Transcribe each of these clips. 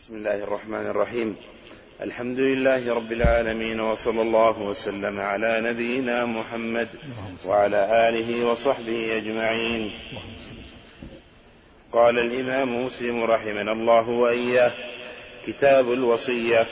بسم الله الرحمن الرحيم. الحمد لله رب العالمين، وصلى الله وسلم على نبينا محمد وعلى آله وصحبه أجمعين. قال الإمام مسلم رحمنا الله وإياه: كتاب الوصية.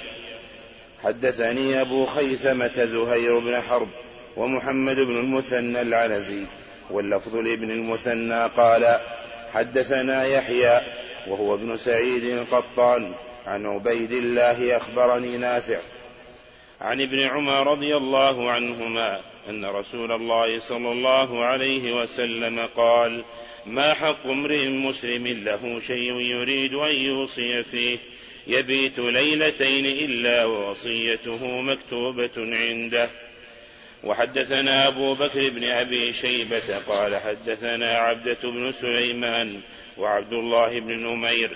حدثني أبو خيثمة زهير بن حرب ومحمد بن المثنى العنزي، واللفظ لابن المثنى قال: حدثنا يحيى وهو ابن سعيد القطان عن عبيد الله أخبرني نافع عن ابن عمر رضي الله عنهما أن رسول الله صلى الله عليه وسلم قال: ما حق امرئ مسلم له شيء يريد أن يوصي فيه يبيت ليلتين إلا ووصيته مكتوبة عنده. وحدثنا أبو بكر بن أبي شيبة قال: حدثنا عبدة بن سليمان وعبد الله بن نمير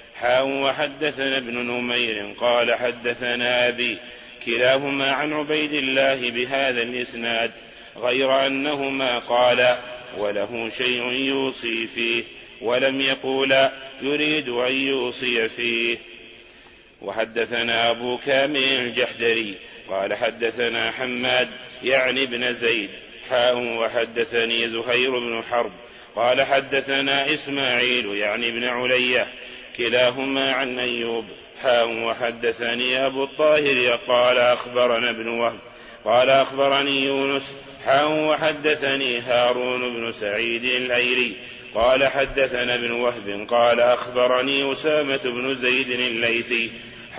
وحدثنا ابن نمير قال: حدثنا أبي، كلاهما عن عبيد الله بهذا الإسناد، غير أنهما قال: وله شيء يوصي فيه، ولم يقول يريد أن يوصي فيه. وحدثنا أبو كامل الجحدري قال: حدثنا حماد يعني بن زيد وحدثني زهير بن حرب قال: حدثنا إسماعيل يعني بن علية كلاهما عن أيوب وحدثني أبو الطاهر قال: أخبرنا ابن وهب قال: أخبرني يونس وحدثني هارون بن سعيد الأيلي قال: حدثنا ابن وهب قال: أخبرني أسامة بن زيد الليثي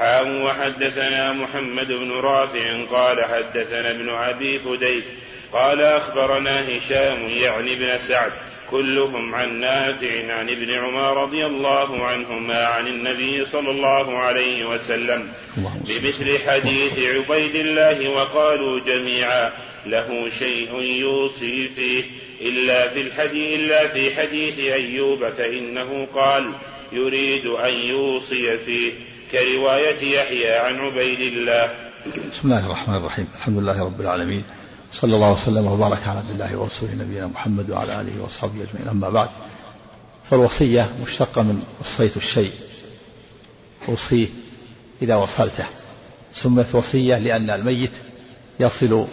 وحدثنا محمد بن رافع قال: حدثنا ابن أبي فديك قال: أخبرنا هشام يعني بن سعد كلهم عن نافع عن ابن عمر رضي الله عنهما عن النبي صلى الله عليه وسلم بمثل حديث عبيد الله، وقالوا جميعا: له شيء يوصي فيه إلا في حديث أيوب فإنه قال: يريد أن يوصي فيه، كرواية يحيى عن عبيد الله. بسم الله الرحمن الرحيم. الحمد لله رب العالمين، صلى الله وسلم وبارك على عبد الله ورسوله نبينا محمد وعلى آله وصحبه أجمعين. أما بعد، فالوصية مشتقة من وصيت الشيء، أوصيه إذا وصلته. سمت وصية لأن الميت يصل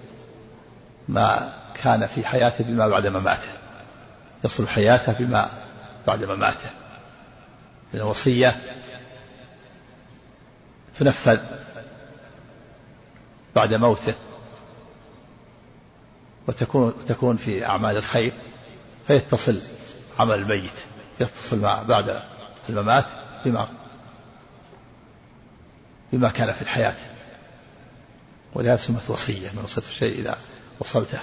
ما كان في حياته بما بعد مماته، يصل حياته بما بعد مماته. الوصية تنفذ بعد موته، وتكون في أعمال الخير، فيتصل عمل الميت، يتصل بعد الممات بما كان في الحياة، ولهذا سمت وصية من وصية الشيء إذا وصلته.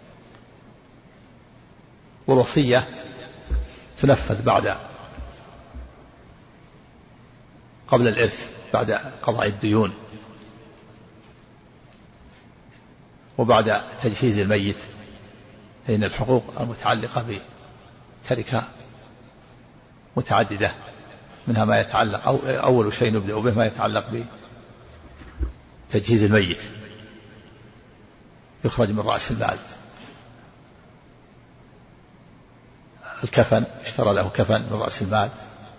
والوصية تنفذ قبل الإرث، بعد قضاء الديون، وبعد تجهيز الميت، فإن الحقوق المتعلقة بتركة متعددة، منها ما يتعلق أول شيء نبدأ به ما يتعلق بتجهيز الميت، يخرج من رأس المال الكفن، اشترى له كفن من رأس المال،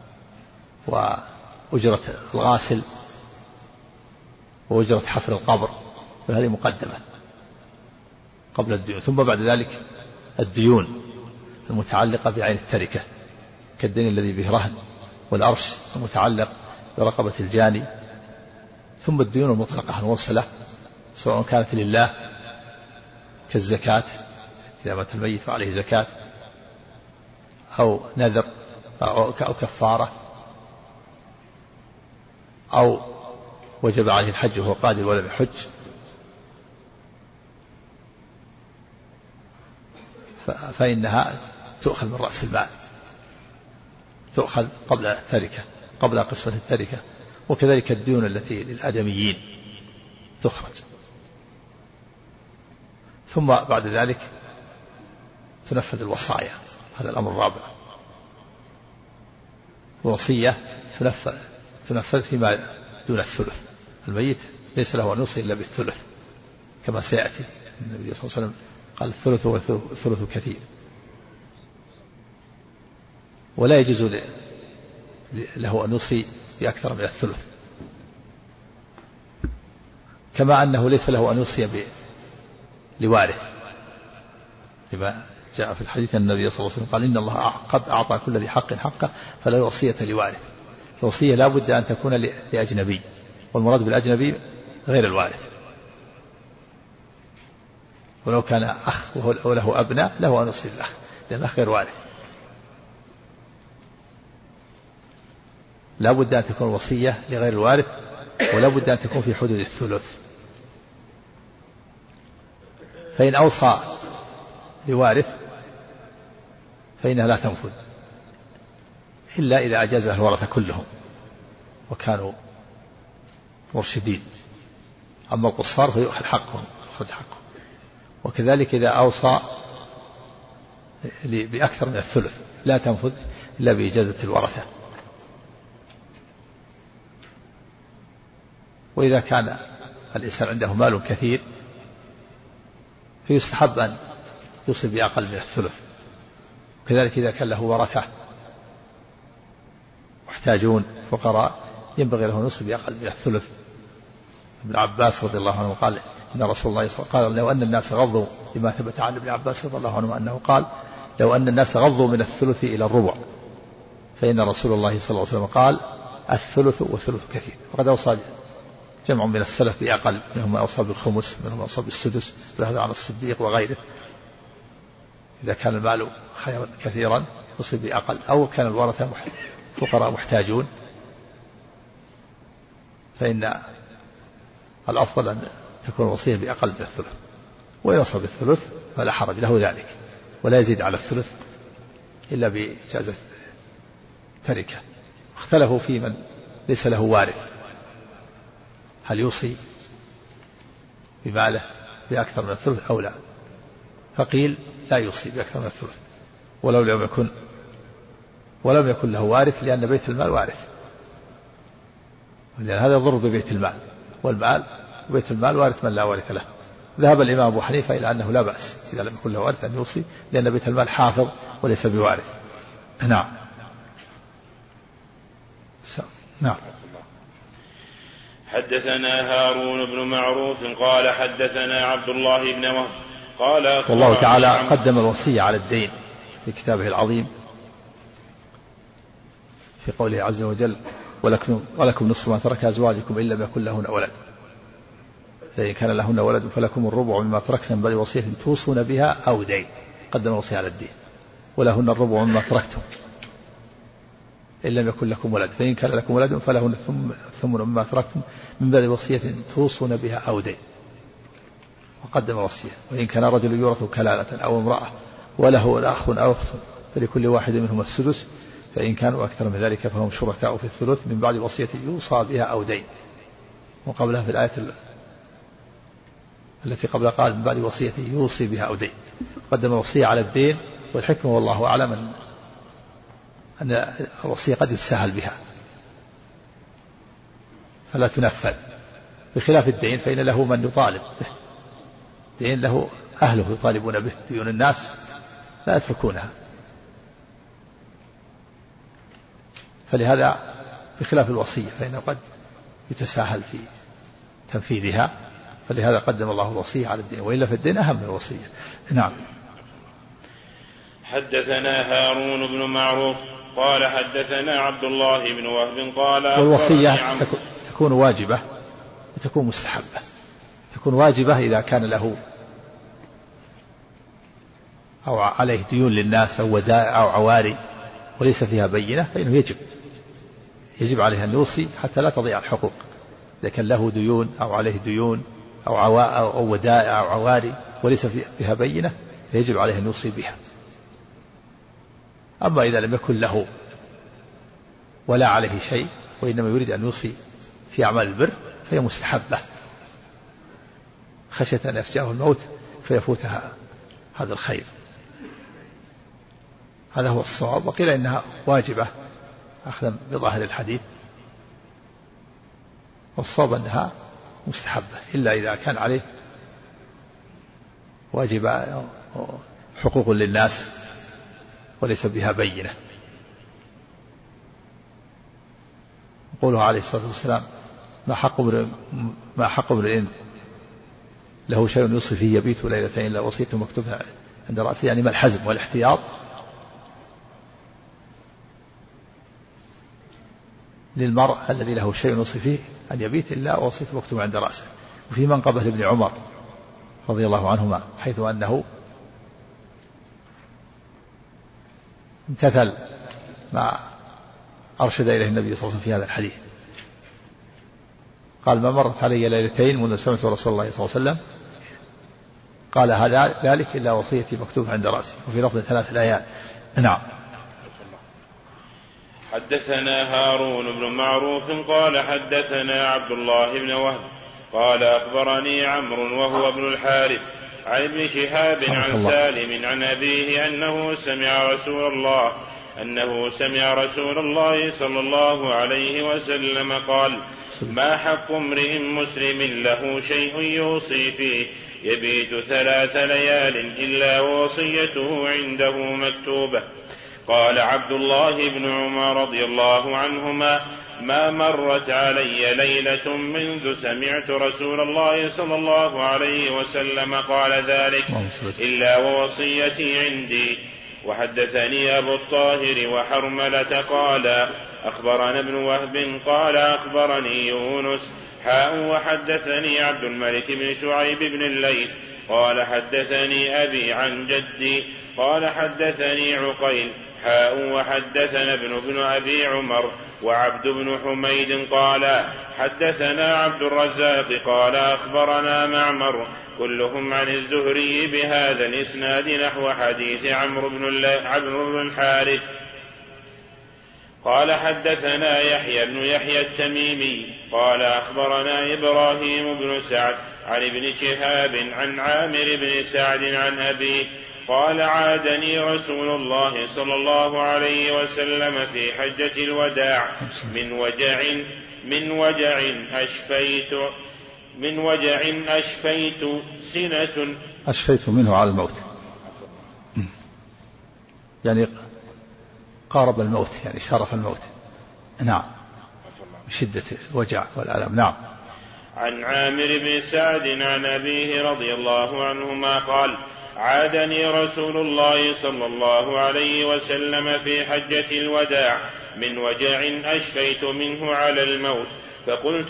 وأجرة الغاسل، وأجرة حفر القبر، فهذه مقدمة قبل الديون. ثم بعد ذلك الديون المتعلقة بعين التركة، كالدين الذي به رهن، والأرش المتعلق برقبة الجاني. ثم الديون المطلقة المرسلة، سواء كانت لله كالزكاة إذا مات الميت وعليه زكاة، أو نذر أو كفارة، أو وجب عليه الحج وهو قادر ولم يحج، فإنها تؤخذ من رأس المال، تؤخذ قبل التركة، قبل قسمة التركة. وكذلك الديون التي للآدميين تخرج. ثم بعد ذلك تنفذ الوصايا، هذا الأمر الرابع. الوصية تنفذ فيما دون الثلث، الميت ليس له أن يوصي إلا بالثلث، كما سيأتي. النبي صلى الله عليه وسلم قال: الثلث والثلث كثير. ولا يجوز له أن يوصي بأكثر من الثلث، كما أنه ليس له أن يوصي لوارث، لما جاء في الحديث أن النبي صلى الله عليه وسلم قال إن الله قد أعطى كل ذي حق حقه فلا وصية لوارث. الوصية لا بد أن تكون لأجنبي، والمراد بالأجنبي غير الوارث، ولو كان أخ وله أبناء له أن يوصي الأخ، لأن الأخ غير وارث. لا بد أن تكون وصية لغير الوارث، ولا بد أن تكون في حدود الثلث. فإن أوصى لوارث فإنها لا تنفذ إلا إذا أجازها الورثة كلهم وكانوا مرشدين، أما القصار فيؤخذ حقهم. وكذلك إذا أوصى بأكثر من الثلث لا تنفذ إلا بإجازة الورثة. وإذا كان الإنسان عنده مال كثير فيستحب أن يوصي بأقل من الثلث. وكذلك إذا كان له ورثة محتاجون فقراء ينبغي له أن يوصي بأقل من الثلث. ابن عباس رضي الله عنه قال إن رسول الله صلى الله عليه وسلم قال لو أن الناس غضوا، لما ثبت عن ابن عباس رضي الله عنه أنه قال لو أن الناس غضوا من الثلث إلى الربع فإن رسول الله صلى الله عليه وسلم قال الثلث والثلث كثير. وقد أوصى جمع من السلف بأقل، منهم أوصى بالخمس، منهم أوصى بالسدس، وهذا عن الصديق وغيره. إذا كان المال خيرا كثيرا يوصي بأقل، أو كان الورثة فقراء محتاجون فإن الأفضل أن تكون الوصية بأقل من الثلث. ويوصى بالثلث فلا حرج له ذلك، ولا يزيد على الثلث إلا بإجازة تركة. اختلفوا في من ليس له وارث هل يوصي بماله بأكثر من الثلث أو لا، فقيل لا يوصي بأكثر من الثلث ولم يكن له وارث، لأن بيت المال وارث، لأن هذا يضر ببيت المال، والمال وبيت المال وارث من لا وارث له. ذهب الإمام أبو حنيفة إلى أنه لا بأس إذا لم يكن له وارث أن يوصي، لأن بيت المال حافظ وليس بوارث. نعم. حدثنا هارون بن معروف قال حدثنا عبد الله بن وهب قال والله تعالى قدم الوصية على الدين في كتابه العظيم في قوله عز وجل ولكم نصف ما ترك أزواجكم إن لم يكن لهن ولد، فإن كان لهن ولد فلكم الربع مما تركتم من بعد وصية توصون بها أو دين. قدم الوصية على الدين. ولهن الربع مما تركتم إن لم يكن لكم ولد، فإن كان لكم ولد فلهن الثمن مما تركتم من بعد وصية توصون بها أو دين. وقدم وصية. وإن كان رجل يورث كلالة أو امرأة وله أخ أو أخت فلكل واحد منهم السدس، فإن كانوا أكثر من ذلك فهم شركاء في الثلث من بعد وصية يوصى بها أو دين. وقبلها في الآية التي قبل قال من بعد وصية يوصي بها أو دين. قدم الوصية على الدين، والحكمة والله أعلم أن الوصية قد يتساهل بها فلا تنفذ، بخلاف الدين فإن له من يطالب به، دين له أهله يطالبون به، ديون الناس لا يتركونها. فلهذا بخلاف الوصية فإنه قد يتساهل في تنفيذها، فلهذا قدم الله الوصية على الدين، وإلا في الدين أهم من الوصية. نعم. حدثنا هارون بن معروف قال حدثنا عبد الله بن وهب قال والوصية تكون واجبة وتكون مستحبة. تكون واجبة إذا كان له أو عليه ديون للناس أو ودائع أو عواري وليس فيها بينة، فإنه يجب عليه أن يوصي حتى لا تضيع الحقوق. إذا كان له ديون أو عليه ديون أو ودائع أو عواري وليس فيها بينة فيجب عليه أن يوصي بها. أما إذا لم يكن له ولا عليه شيء وإنما يريد أن يوصي في أعمال البر فهي مستحبة، خشية أن يفجأه الموت فيفوتها هذا الخير. هذا هو الصواب. وقيل إنها واجبة أخذا بظاهر الحديث، والصواب أنها مستحبة إلا إذا كان عليه واجب حقوق للناس وليس بها بينة. قوله عليه الصلاة والسلام ما حق امرئ له شيء يوصي فيه يبيت ليلتين إلا وصيته مكتوبها عند رأسه، يعني ما الحزم والاحتياط للمرء الذي له شيء يوصي فيه أن يبيت إلا وصيته مكتوبة عند رأسه. وفي منقبة لابن عمر رضي الله عنهما حيث أنه امتثل ما أرشد إليه النبي صلى الله عليه وسلم في هذا الحديث، قال ما مرت علي ليلتين منذ سمعت رسول الله صلى الله عليه وسلم قال هذا ذلك إلا وصيتي مكتوبة عند رأسي، وفي لفظ 3 ليال. نعم. حدثنا هارون بن معروف قال حدثنا عبد الله بن وهب قال أخبرني عمرو وهو ابن الحارث عن ابن شهاب عن سالم عن أبيه أنه سمع رسول الله صلى الله عليه وسلم قال ما حق امرئ مسلم له شيء يوصي فيه يبيت 3 ليال إلا ووصيته عنده مكتوبة. قال عبد الله بن عمر رضي الله عنهما ما مرت علي ليلة منذ سمعت رسول الله صلى الله عليه وسلم قال ذلك إلا ووصيتي عندي. وحدثني أبو الطاهر وحرملة قال أخبرنا ابن وهب قال أخبرني يونس وحدثني عبد الملك بن شعيب بن الليث قال حدثني أبي عن جدي قال حدثني عقيل وحدثنا ابن أبي عمر وعبد بن حميد قال حدثنا عبد الرزاق قال أخبرنا معمر كلهم عن الزهري بهذا الإسناد نحو حديث عمرو بن الحارث. قال حدثنا يحيى بن يحيى التميمي قال أخبرنا إبراهيم بن سعد عن ابن شهاب عن عامر بن سعد عن أبيه قال عادني رسول الله صلى الله عليه وسلم في حجة الوداع من وجع أشفيت سنة أشفيت منه على الموت، يعني قارب الموت، يعني شرف الموت. نعم، بشدة الوجع والألم. نعم. عن عامر بن سعد عن أبيه رضي الله عنهما قال عادني رسول الله صلى الله عليه وسلم في حجة الوداع من وجع أشفيت منه على الموت فقلت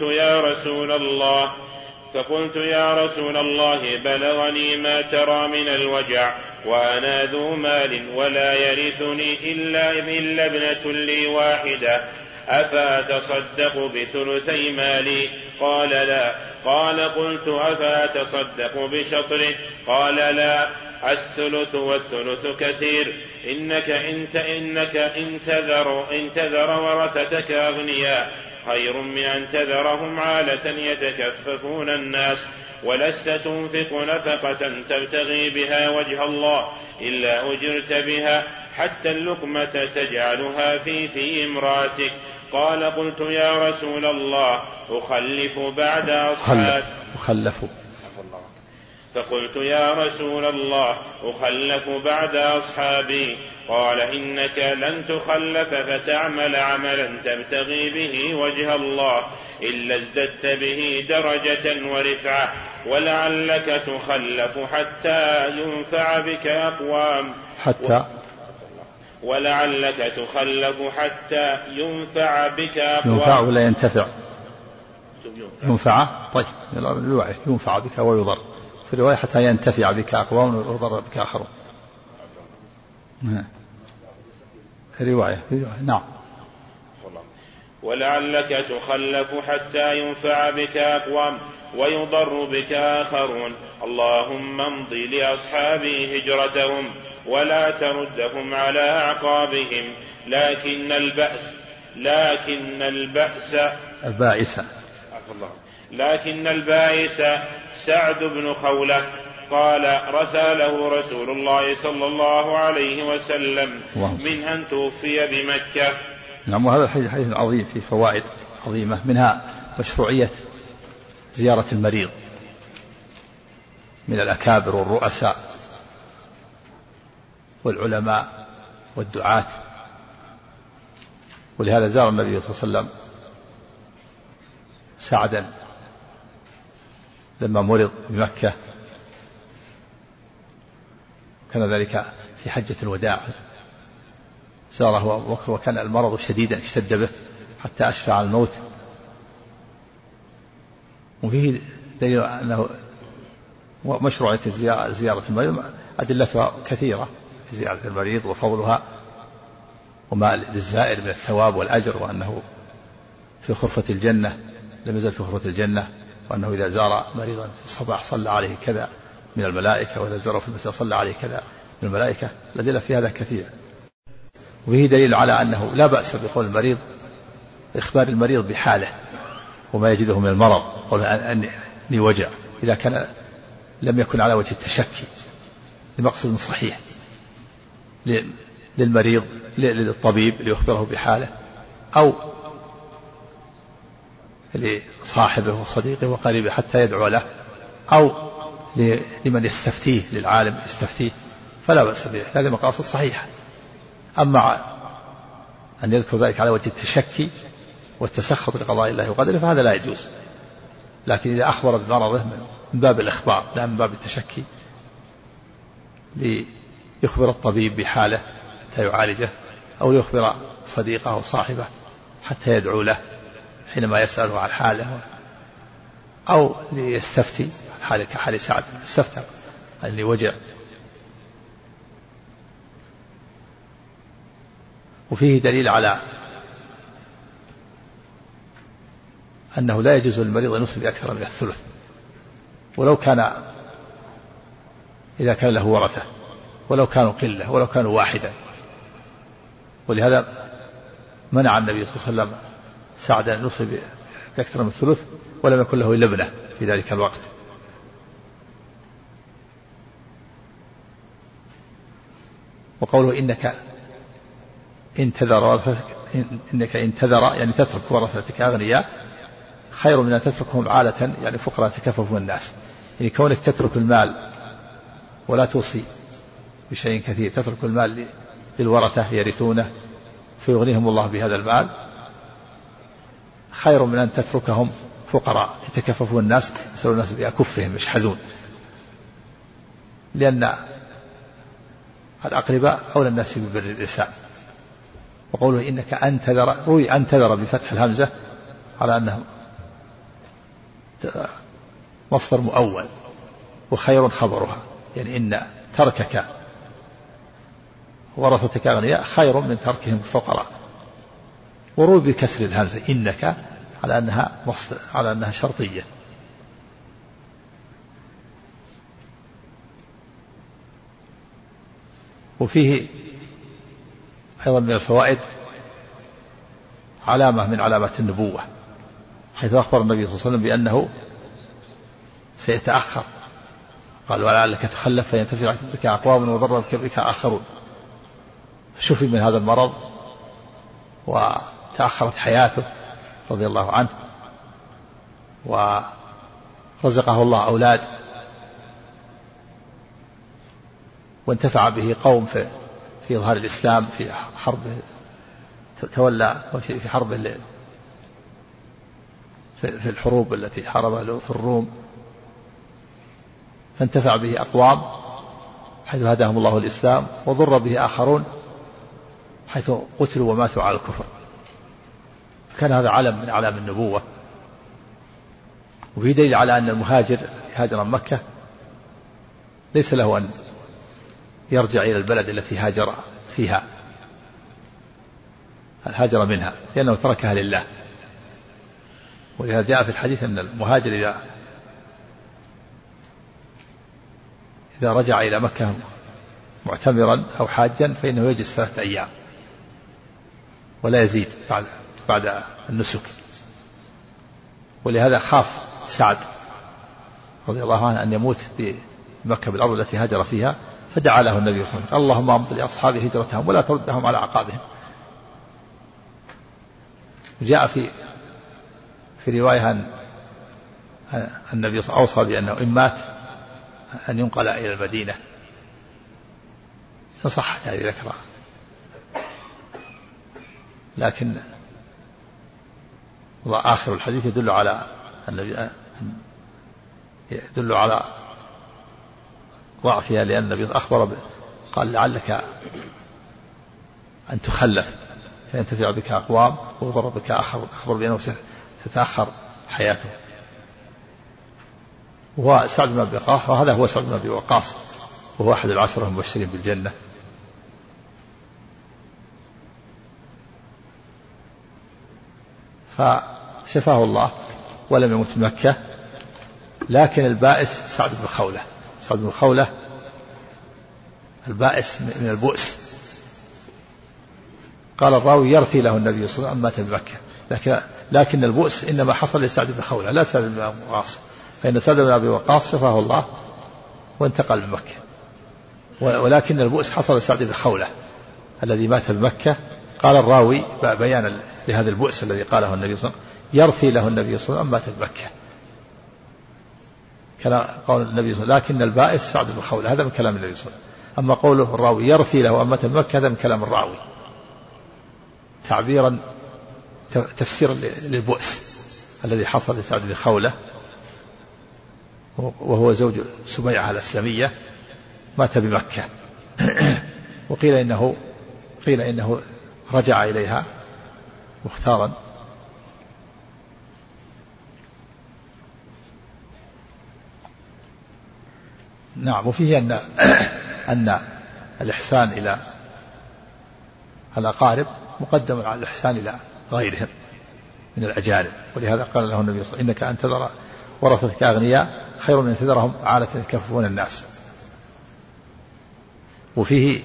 يا رسول الله بلغني ما ترى من الوجع وأنا ذو مال ولا يرثني إلا ابنة لي واحدة أفأتصدق بثلثي مالي؟ قال لا. قال قلت أفأتصدق بشطره؟ قال لا، الثلث والثلث كثير، إنك إن تذر ورثتك أغنياء خير من أن تذرهم عالة يتكففون الناس، ولست تنفق نفقة تبتغي بها وجه الله إلا أجرت بها حتى اللقمة تجعلها في امرأتك. قال قلت يا رسول الله أخلف بعد أصحابي؟ فقلت يا رسول الله أخلف بعد أصحابي؟ قال إنك لن تخلف فتعمل عملا تبتغي به وجه الله إلا ازددت به درجة ورفعة، ولعلك تخلف حتى ينفع بك أقوام ولعلك تخلف حتى ينفع بك أقوام. ينفع ولا ينتفع؟ ينفع. طيب ينفع بك ويضر، في رواية حتى ينتفع بك أقوام ويضر بك آخرون. في رواية. نعم. ولعلك تخلف حتى ينفع بك أقوام ويضر بك آخرون. اللهم امضي لأصحابي هجرتهم ولا تردهم على أعقابهم. لكن البائس سعد بن خولة قال رثى له رسول الله صلى الله عليه وسلم من أن توفي بمكة. نعم. وهذا الحديث حديث عظيم فيه فوائد عظيمة، منها مشروعية زيارة المريض من الأكابر والرؤساء والعلماء والدعاة، ولهذا زار النبي صلى الله عليه وسلم سعدا لما مرض بمكة، كان ذلك في حجة الوداع، زاره أبو بكر وكان المرض شديدا اشتد به حتى أشفع على الموت. وفيه دليل أنه مشروعية زيارة المريض، أدلتها كثيرة في زيارة المريض وفضلها وما للزائر من الثواب والأجر، وأنه في خرفة الجنة لم يزل في خرفة الجنة، وأنه إذا زار مريضا في الصباح صلى عليه كذا من الملائكة، وإذا زاره في المساء صلى عليه كذا من الملائكة. الأدلة في هذا كثير. وفيه دليل على أنه لا بأس بقول المريض، إخبار المريض بحاله وما يجده من المرض، قول أني وجع، إذا كان لم يكن على وجه التشكي لمقصد صحيح للمريض للطبيب ليخبره بحاله، أو لصاحبه وصديقه وقريبه حتى يدعو له، أو لمن يستفتيه، للعالم يستفتيه، فلا بأس به، هذه مقاصد صحيحة. أما أن يذكر ذلك على وجه التشكي والتسخط لقضاء الله وقدره فهذا لا يجوز. لكن إذا أخبر بمرضه من باب الإخبار لا من باب التشكي، ليخبر الطبيب بحاله حتى يعالجه، أو ليخبر صديقه أو صاحبه حتى يدعو له حينما يسأله عن حاله، أو ليستفتي عن حاله كحال سعد استفتى اللي وجع. وفيه دليل على أنه لا يجوز للمريض أن يصلي أكثر من الثلث، ولو كان إذا كان له ورثة، ولو كانوا قلة، ولو كانوا واحدا. ولهذا منع النبي صلى الله عليه وسلم سعد أن يصلي بأكثر من الثلث، ولم يكن له إلا ابنه في ذلك الوقت. وقوله إنك إن تذر يعني تترك ورثتك أغنياء خير من أن تتركهم عالة يعني فقراء تكففوا الناس. يعني كونك تترك المال ولا توصي بشيء كثير، تترك المال للورثة يرثونه فيغنيهم الله بهذا المال، خير من أن تتركهم فقراء يتكففوا الناس، يسألوا الناس بأكفهم يشحذون، لأن الأقرباء أولى الناس ببر الإحسان. وقوله إنك أنتذر، روي أنتذر بفتح الهمزة على أنه مصدر مؤول، وخير خبرها، يعني إن تركك ورثتك أغنياء خير من تركهم فقراء. وروي بكسر الهمزة إنك على أنها مصدر، على أنها شرطية. وفيه أيضا من الفوائد علامة من علامات النبوة، حيث أخبر النبي صلى الله عليه وسلم بأنه سيتأخر، قال ولعلك تخلف فينتفع بك أقوام وضر بك آخرون. فشفي من هذا المرض وتأخرت حياته رضي الله عنه، ورزقه الله أولاد، وانتفع به قوم في إظهار الإسلام في حرب تولى في حرب في الحروب التي حاربها في الروم، فانتفع به أقوام حيث هداهم الله الإسلام، وضر به آخرون حيث قتلوا وماتوا على الكفر. فكان هذا علم من أعلام النبوة. وفي دليل على أن المهاجر هاجر من مكة ليس له أن يرجع إلى البلد التي هاجر فيها، هاجر منها لأنه تركها لله. ولهذا جاء في الحديث أن المهاجر إذا رجع إلى مكة معتمرا أو حاجا فإنه يجلس 3 أيام ولا يزيد بعد النسك. ولهذا خاف سعد رضي الله عنه أن يموت بمكة بالأرض التي هاجر فيها، فدعا له النبي صلى الله عليه وسلم اللهم امض لأصحاب هجرتهم ولا تردهم على أعقابهم. جاء في رواية أن النبي صلى الله عليه وسلم أوصى بأنه إن مات أن ينقل إلى المدينة، فصحت هذه ذكرى. لكن آخر الحديث يدل على النبي يدل على ضعفها، لأن النبي أخبر قال لعلك أن تخلف فينتفع بك أقوام ويضر بك آخر، أخبر بأنه ستتأخر حياته. وهو سعد بن أبي وقاص، وهذا هو سعد بن أبي وقاص، وهو أحد العشرة المبشرين بالجنة. فشفاه الله ولم يمت في مكة. لكن البائس سعد بن خولة، سعد بن خولة البائس من البؤس. قال الراوي يرثي له النبي صلى الله عليه وسلم مات بمكة، لكن البؤس إنما حصل لسعد بن خولة لا سعد بن أبي وقاص، فإن سعد بن أبي وقاص شفاه الله وانتقل من مكة، ولكن البؤس حصل لسعد بن خولة الذي مات بمكة. قال الراوي بيانا لهذا البؤس الذي قاله النبي صلى الله عليه وسلم يرثي له النبي صلى الله عليه وسلم مات بمكة، قال النبي صلى الله عليه وسلم لكن البائس سعد بن خولة، هذا من كلام النبي صلى الله عليه وسلم. أما قوله الراوي يرثي له مات بمكة هذا من كلام الراوي تعبيرا تفسيرا للبؤس الذي حصل لسعد بن خولة، وهو زوج سبيعة الأسلمية مات بمكة. وقيل إنه رجع إليها مختارا. نعم. وفيه أن الإحسان إلى الأقارب مقدم على الإحسان إلى غيرهم من الأجانب، ولهذا قال له النبي صلى الله عليه وسلم إنك أن تذر ورثتك أغنياء خير من أن تذرهم عالة يكففون الناس. وفيه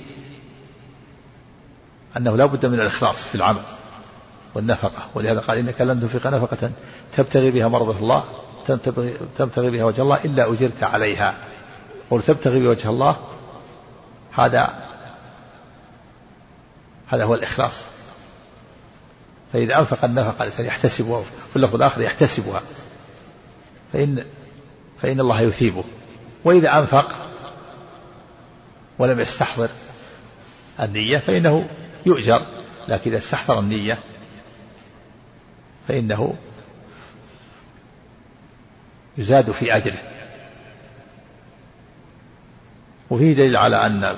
أنه لا بد من الإخلاص في العمل والنفقة، ولهذا قال إنك لن تنفق نفقة تبتغي بها مرضى الله تبتغي بها وجه الله إلا أجرت عليها. قل تبتغي بوجه الله، هذا هو الإخلاص. فإذا أنفق النفقة الإنسان يحتسبها، في اللفظ الآخر يحتسبها، فإن الله يثيبه. وإذا أنفق ولم يستحضر النية فإنه يؤجر، لكن إذا استحضر النية فإنه يزاد في أجره. وفيه دليل على أن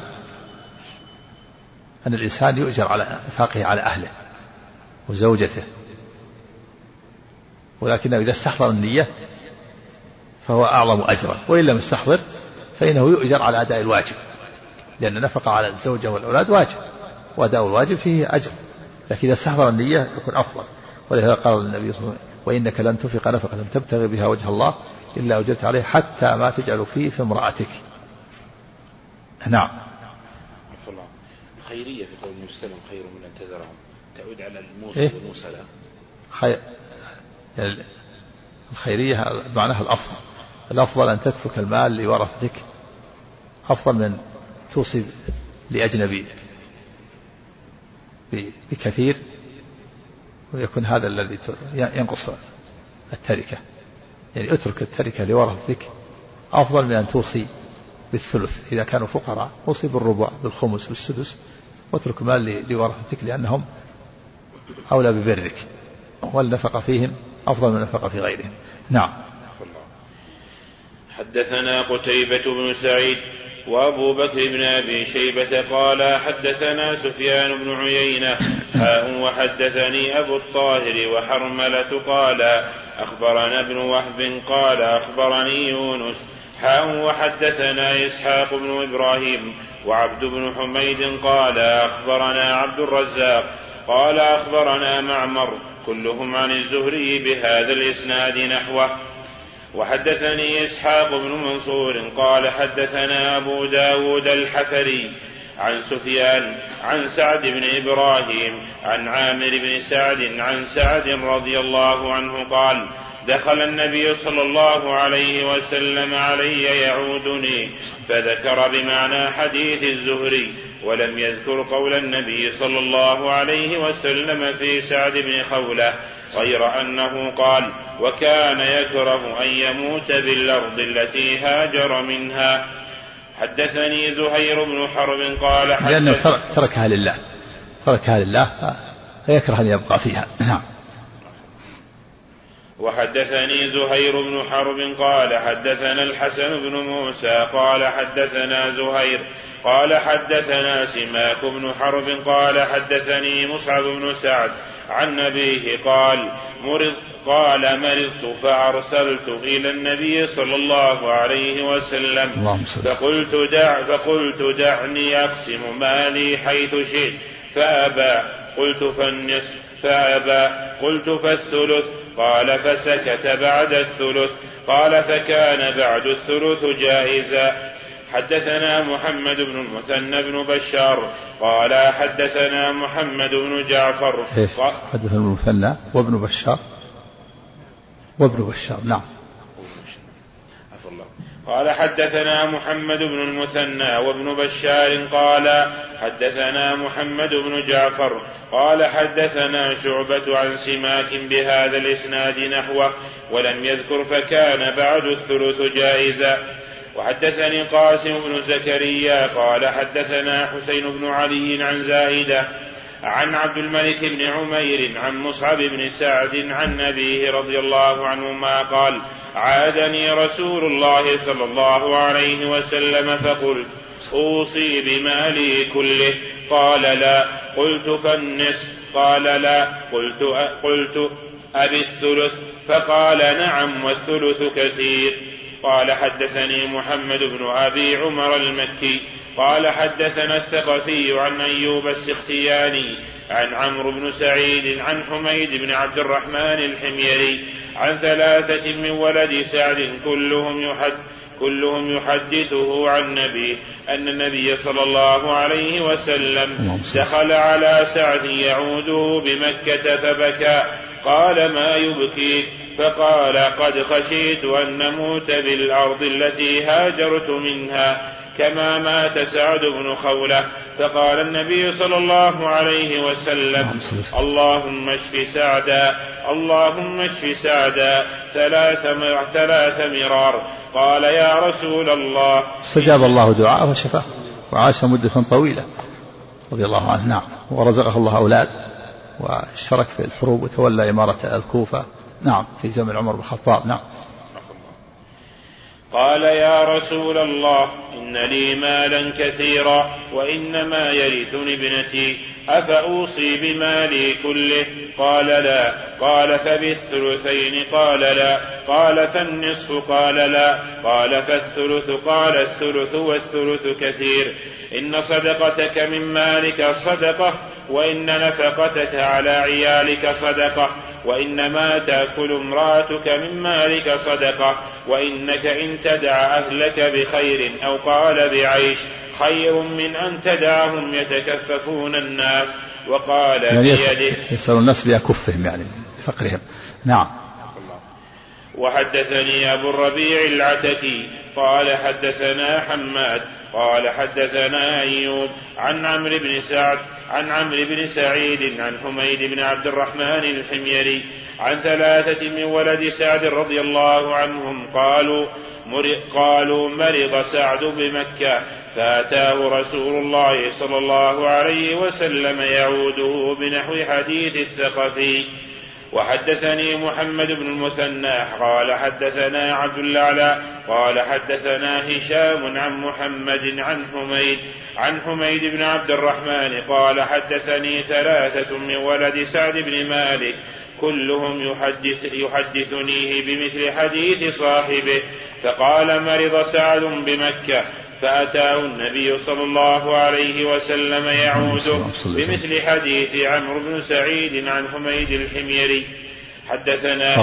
الإنسان يؤجر على إنفاقه على أهله وزوجته، ولكنه إذا استحضر النية فهو أعظم أجرا، وإن لم يستحضر فإنه يؤجر على أداء الواجب، لأن نفقة على الزوجة والأولاد واجب، وأداء الواجب فيه أجر، لكن إذا استحضر النية يكون أفضل. ولهذا قال النبي صلى الله عليه وسلم وإنك لن تنفق نفقة تبتغي بها وجه الله إلا أجرت عليه حتى ما تجعل فيه في امرأتك. نعم. الخيرية في قول النبي صلى الله عليه وسلم خير من أن تذرهم تعود على الموصل والموصلة. الخيرية معناها الأفضل. الأفضل أن تترك المال لورثتك أفضل من توصي لأجنبي بكثير ويكون هذا الذي ينقص التركة. يعني اترك التركة لورثتك أفضل من أن توصي بالثلث. إذا كانوا فقراء اوصي بالربع بالخمس بالسدس، واترك مال لورثتك لأنهم أولى ببرك، والنفقة فيهم أفضل من النفقة في غيرهم. نعم. حدثنا قتيبة بن سعيد وأبو بكر بن أبي شيبة قال حدثنا سفيان بن عيينة وحدثني أبو الطاهر وحرملة قال أخبرنا ابن وهب قال أخبرني يونس وحدثنا إسحاق بن إبراهيم وعبد بن حميد قال أخبرنا عبد الرزاق قال أخبرنا معمر كلهم عن الزهري بهذا الإسناد نحوه. وحدثني إسحاق بن منصور قال حدثنا أبو داود الحفري عن سفيان عن سعد بن إبراهيم عن عامر بن سعد عن سعد رضي الله عنه قال دخل النبي صلى الله عليه وسلم علي يعودني فذكر بمعنى حديث الزهري ولم يذكر قول النبي صلى الله عليه وسلم في سعد بن خولة غير أنه قال وكان يكره أن يموت بالأرض التي هاجر منها. حدثني زهير بن حرب قال لأنه تركها لله فيكره أن يبقى فيها. نعم. وحدثني زهير بن حرب قال حدثنا الحسن بن موسى قال حدثنا زهير قال حدثنا سماك بن حرب قال حدثني مصعب بن سعد عن أبيه قال مرضت فأرسلت إلى النبي صلى الله عليه وسلم فقلت دعني أقسم مالي حيث شئت فأبى، قلت فالنصف فأبى، قلت فالثلث، قال فسكت بعد الثلث، قال فكان بعد الثلث جائزا. حدثنا محمد بن المثنى بن بشار قال حدثنا محمد بن جعفر حدثنا المثنى وابن بشار نعم. قال حدثنا محمد بن المثنى وابن بشار قال حدثنا محمد بن جعفر قال حدثنا شعبة عن سماك بهذا الإسناد نحوه ولم يذكر فكان بعد الثلث جائزا. وحدثني قاسم بن زكريا قال حدثنا حسين بن علي عن زائدة عن عبد الملك بن عمير عن مصعب بن سعد عن أبيه رضي الله عنهما قال عادني رسول الله صلى الله عليه وسلم فقلت أوصي بمالي كله؟ قال لا. قلت فالنصف؟ قال لا. قلت أبي الثلث؟ فقال نعم والثلث كثير. قال حدثني محمد بن أبي عمر المكي قال حدثنا الثقفي عن أيوب السختياني عن عمرو بن سعيد عن حميد بن عبد الرحمن الحميري عن 3 من ولد سعد كلهم يحدثه عن نبيه أن النبي صلى الله عليه وسلم دخل على سعد يعوده بمكة فبكى. قال ما يبكيك؟ فقال قد خشيت أن نموت بالأرض التي هاجرت منها كما مات سعد بن خولة. فقال النبي صلى الله عليه وسلم اللهم اشف سعدا اللهم اشف سعدا 3 مرار. قال يا رسول الله استجاب الله دعاءه وشفاه وعاش مدة طويلة رضي الله عنه. نعم. ورزقه الله أولاد واشترك في الحروب وتولى إمارة الكوفة نعم في زمن عمر بن الخطاب. نعم. قال يا رسول الله إن لي مالا كثيرا وإنما يرثني ابنتي أفأوصي بمالي كله؟ قال لا. قال فبالثلثين؟ قال لا. قال فالنصف؟ قال لا. قال فالثلث؟ قال الثلث والثلث كثير. إن صدقتك من مالك صدقة وإن نفقتك على عيالك صدقة وإنما تأكل امرأتك من مالك صدقة وإنك إن تدع أهلك بخير أو قال بعيش خير من أن تدعهم يتكففون الناس. وقال يعني يسأل الناس بأكفهم يعني بفقرهم. نعم. وحدثني أبو الربيع العتكي قال حدثنا حماد قال حدثنا أيوب عن عمرو بن سعيد عن حميد بن عبد الرحمن الحميري عن 3 من ولد سعد رضي الله عنهم قالوا مرض سعد بمكة فأتاه رسول الله صلى الله عليه وسلم يعوده بنحو حديث الثقفي. وحدثني محمد بن المثنى قال حدثنا عبد الأعلى قال حدثنا هشام عن محمد عن حميد بن عبد الرحمن قال حدثني 3 من ولد سعد بن مالك كلهم يحدثنيه بمثل حديث صاحبه. فقال مرض سعد بمكة فأتاه النبي صلى الله عليه وسلم يعوده بمثل حديث عمرو بن سعيد عن حميد الحميري. حدثنا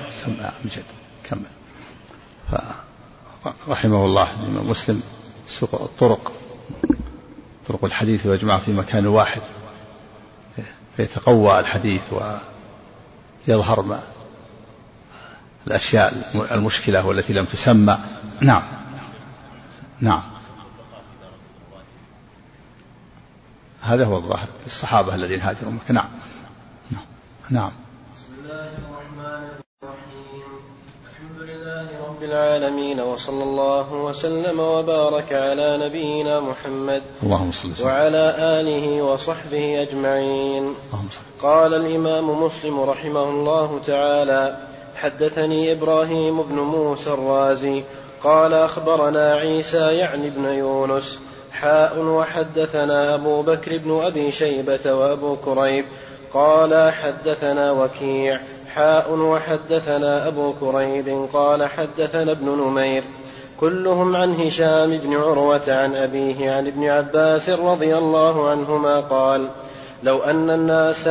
رحمه الله مسلم سوق طرق الحديث ويجمع في مكان واحد فيتقوى الحديث ويظهر ما الأشياء المشكلة والتي لم تسمى. نعم. نعم. هذا هو الظاهر الصحابة الذين هاجروا مكة. نعم. نعم. بسم الله الرحمن الرحيم. الحمد لله رب العالمين وصلى الله وسلم وبارك على نبينا محمد اللهم صل وسلم وعلى آله وصحبه أجمعين. قال الإمام مسلم رحمه الله تعالى حدثني إبراهيم بن موسى الرازي قال أخبرنا عيسى يعني بن يونس وحدثنا أبو بكر بن أبي شيبة وأبو كريب قال حدثنا وكيع وحدثنا أبو كريب قال حدثنا ابن نمير كلهم عن هشام بن عروة عن أبيه عن ابن عباس رضي الله عنهما قال لو أن الناس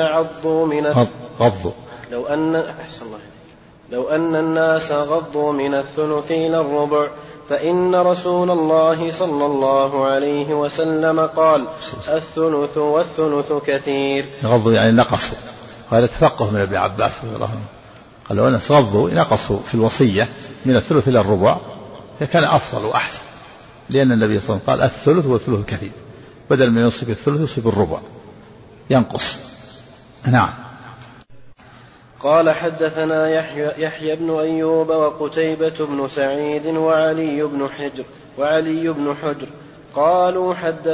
غضوا من الثلث إلى الربع فإن رسول الله صلى الله عليه وسلم قال الثلث والثلث كثير. غضوا يعني نقصوا، قال تفقه من ابن عباس رضي الله عنه قال لو الناس غضوا نقصوا في الوصية من الثلث إلى الربع كان أفضل وأحسن، لأن النبي صلى الله عليه وسلم قال الثلث والثلث كثير، بدل من يصيب الثلث يصيب الربع ينقص. نعم. قال حدثنا يحيى بن أيوب وقتيبة بن سعيد وعلي بن حجر قالوا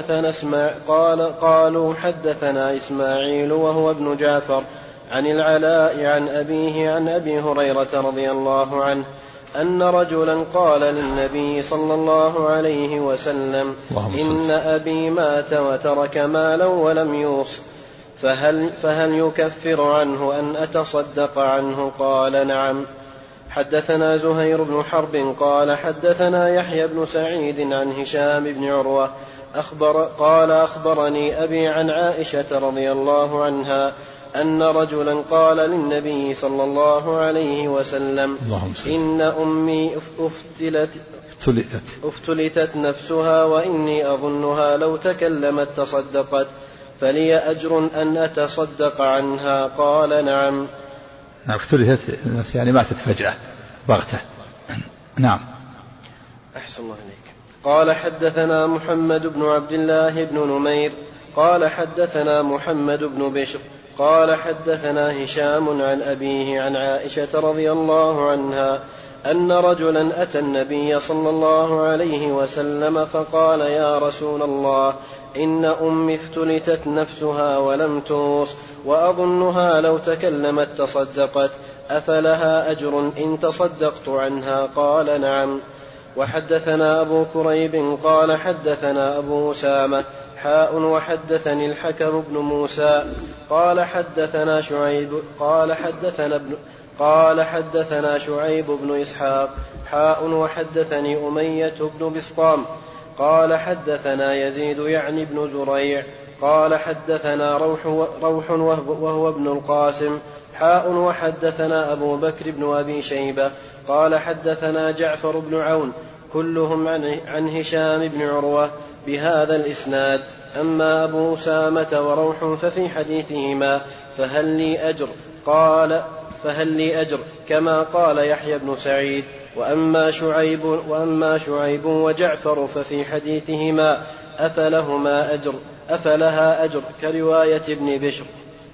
حدثنا إسماعيل وهو ابن جعفر عن العلاء عن أبيه عن أبي هريرة رضي الله عنه أن رجلا قال للنبي صلى الله عليه وسلم إن أبي مات وترك مالا ولم يوص فهل يكفر عنه أن أتصدق عنه؟ قال نعم. حدثنا زهير بن حرب قال حدثنا يحيى بن سعيد عن هشام بن عروة قال أخبرني أبي عن عائشة رضي الله عنها أن رجلا قال للنبي صلى الله عليه وسلم إن أمي افتلتت نفسها وإني أظنها لو تكلمت تصدقت فلي أجر أن أتصدق عنها؟ قال نعم. افتلتت يعني ماتت فجأة بغتة. نعم. أحسن الله إليك. قال حدثنا محمد بن عبد الله بن نمير قال حدثنا محمد بن بشر قال حدثنا هشام عن أبيه عن عائشة رضي الله عنها أن رجلا أتى النبي صلى الله عليه وسلم فقال يا رسول الله إن أمي افتلتت نفسها ولم توص وأظنها لو تكلمت تصدقت أفلها أجر إن تصدقت عنها؟ قال نعم. وحدثنا أبو كريب قال حدثنا أبو أسامة وحدثني الحكم بن موسى قال حدثنا شعيب بن إسحاق وحدثني أمية بن بسطام قال حدثنا يزيد يعني بن زريع قال حدثنا روح وهو ابن القاسم وحدثنا أبو بكر بن أبي شيبة قال حدثنا جعفر بن عون كلهم عن هشام بن عروة بهذا الإسناد. أما أبو أسامة وروح ففي حديثهما فهل لي أجر كما قال يحيى بن سعيد. وأما شعيب وجعفر ففي حديثهما أفلها أجر كرواية ابن بشر.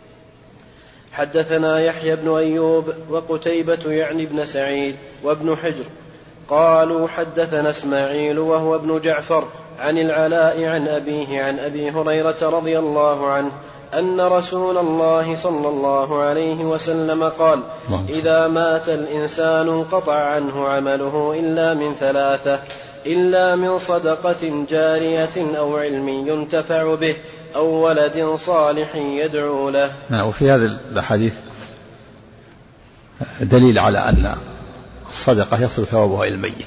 حدثنا يحيى بن أيوب وقتيبة يعني بن سعيد وابن حجر قالوا حدثنا إسماعيل وهو ابن جعفر عن العلاء عن أبيه عن أبي هريرة رضي الله عنه أن رسول الله صلى الله عليه وسلم قال إذا مات الإنسان انقطع عنه عمله إلا من ثلاثة: إلا من صدقة جارية أو علم ينتفع به أو ولد صالح يدعو له. وفي هذا الحديث دليل على أن الصدقة يصل ثوابها إلى الميت.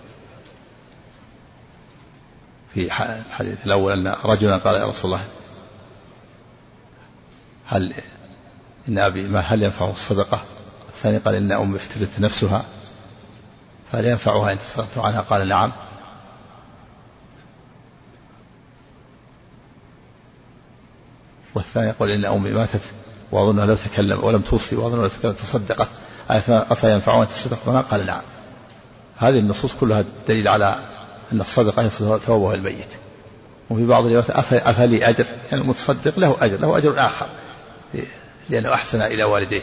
في الحديث الأول أن رجلا قال يا رسول الله هل ينفع الصدقة؟ الثاني قال إن أمي افتلت نفسها فهل ينفعها إن تصدقت عنها؟ قال نعم. والثاني يقول إن أمي ماتت وأظنها لو تكلم ولم توصي وأظنها لو تكلم تصدقت أفينفعها إن تصدقت عنها؟ قال نعم. هذه النصوص كلها دليل على أن الصدقة يصل ثوابها الميت. وفي بعض الروايات أفلي أجر، يعني المتصدق له أجر آخر لأنه أحسن إلى والديه.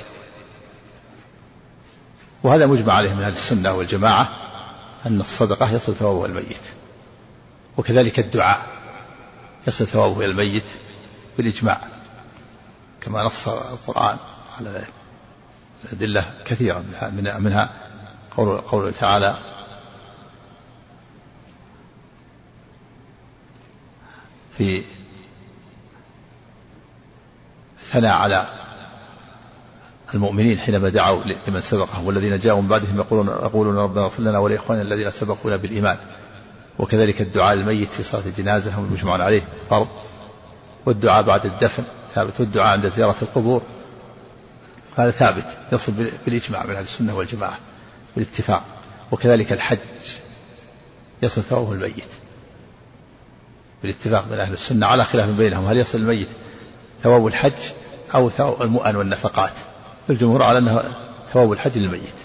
وهذا مجمع عليه من أهل السنة والجماعة أن الصدقة يصل ثوابها الميت. وكذلك الدعاء يصل ثوابه إلى الميت بالإجماع كما نص القرآن على ذلك. أدلة كثيرة منها قوله تعالى في ثناء على المؤمنين حينما دعوا لمن سبقهم والذين جاءوا من بعدهم يقولون ربنا اغفر لنا ولإخواننا الذين سبقونا بالإيمان. وكذلك الدعاء للميت في صلاة الجنازة هم مجمعون عليه فرض، والدعاء بعد الدفن ثابت، والدعاء عند زيارة القبور هذا ثابت يصل بالإجماع من أهل السنة والجماعة بالاتفاق. وكذلك الحج يصل ثوابه الميت بالاتفاق من أهل السنة على خلاف بينهم، هل يصل الميت ثواب الحج أو ثواب المؤن والنفقات؟ الجمهور على أنه ثواب الحج للميت،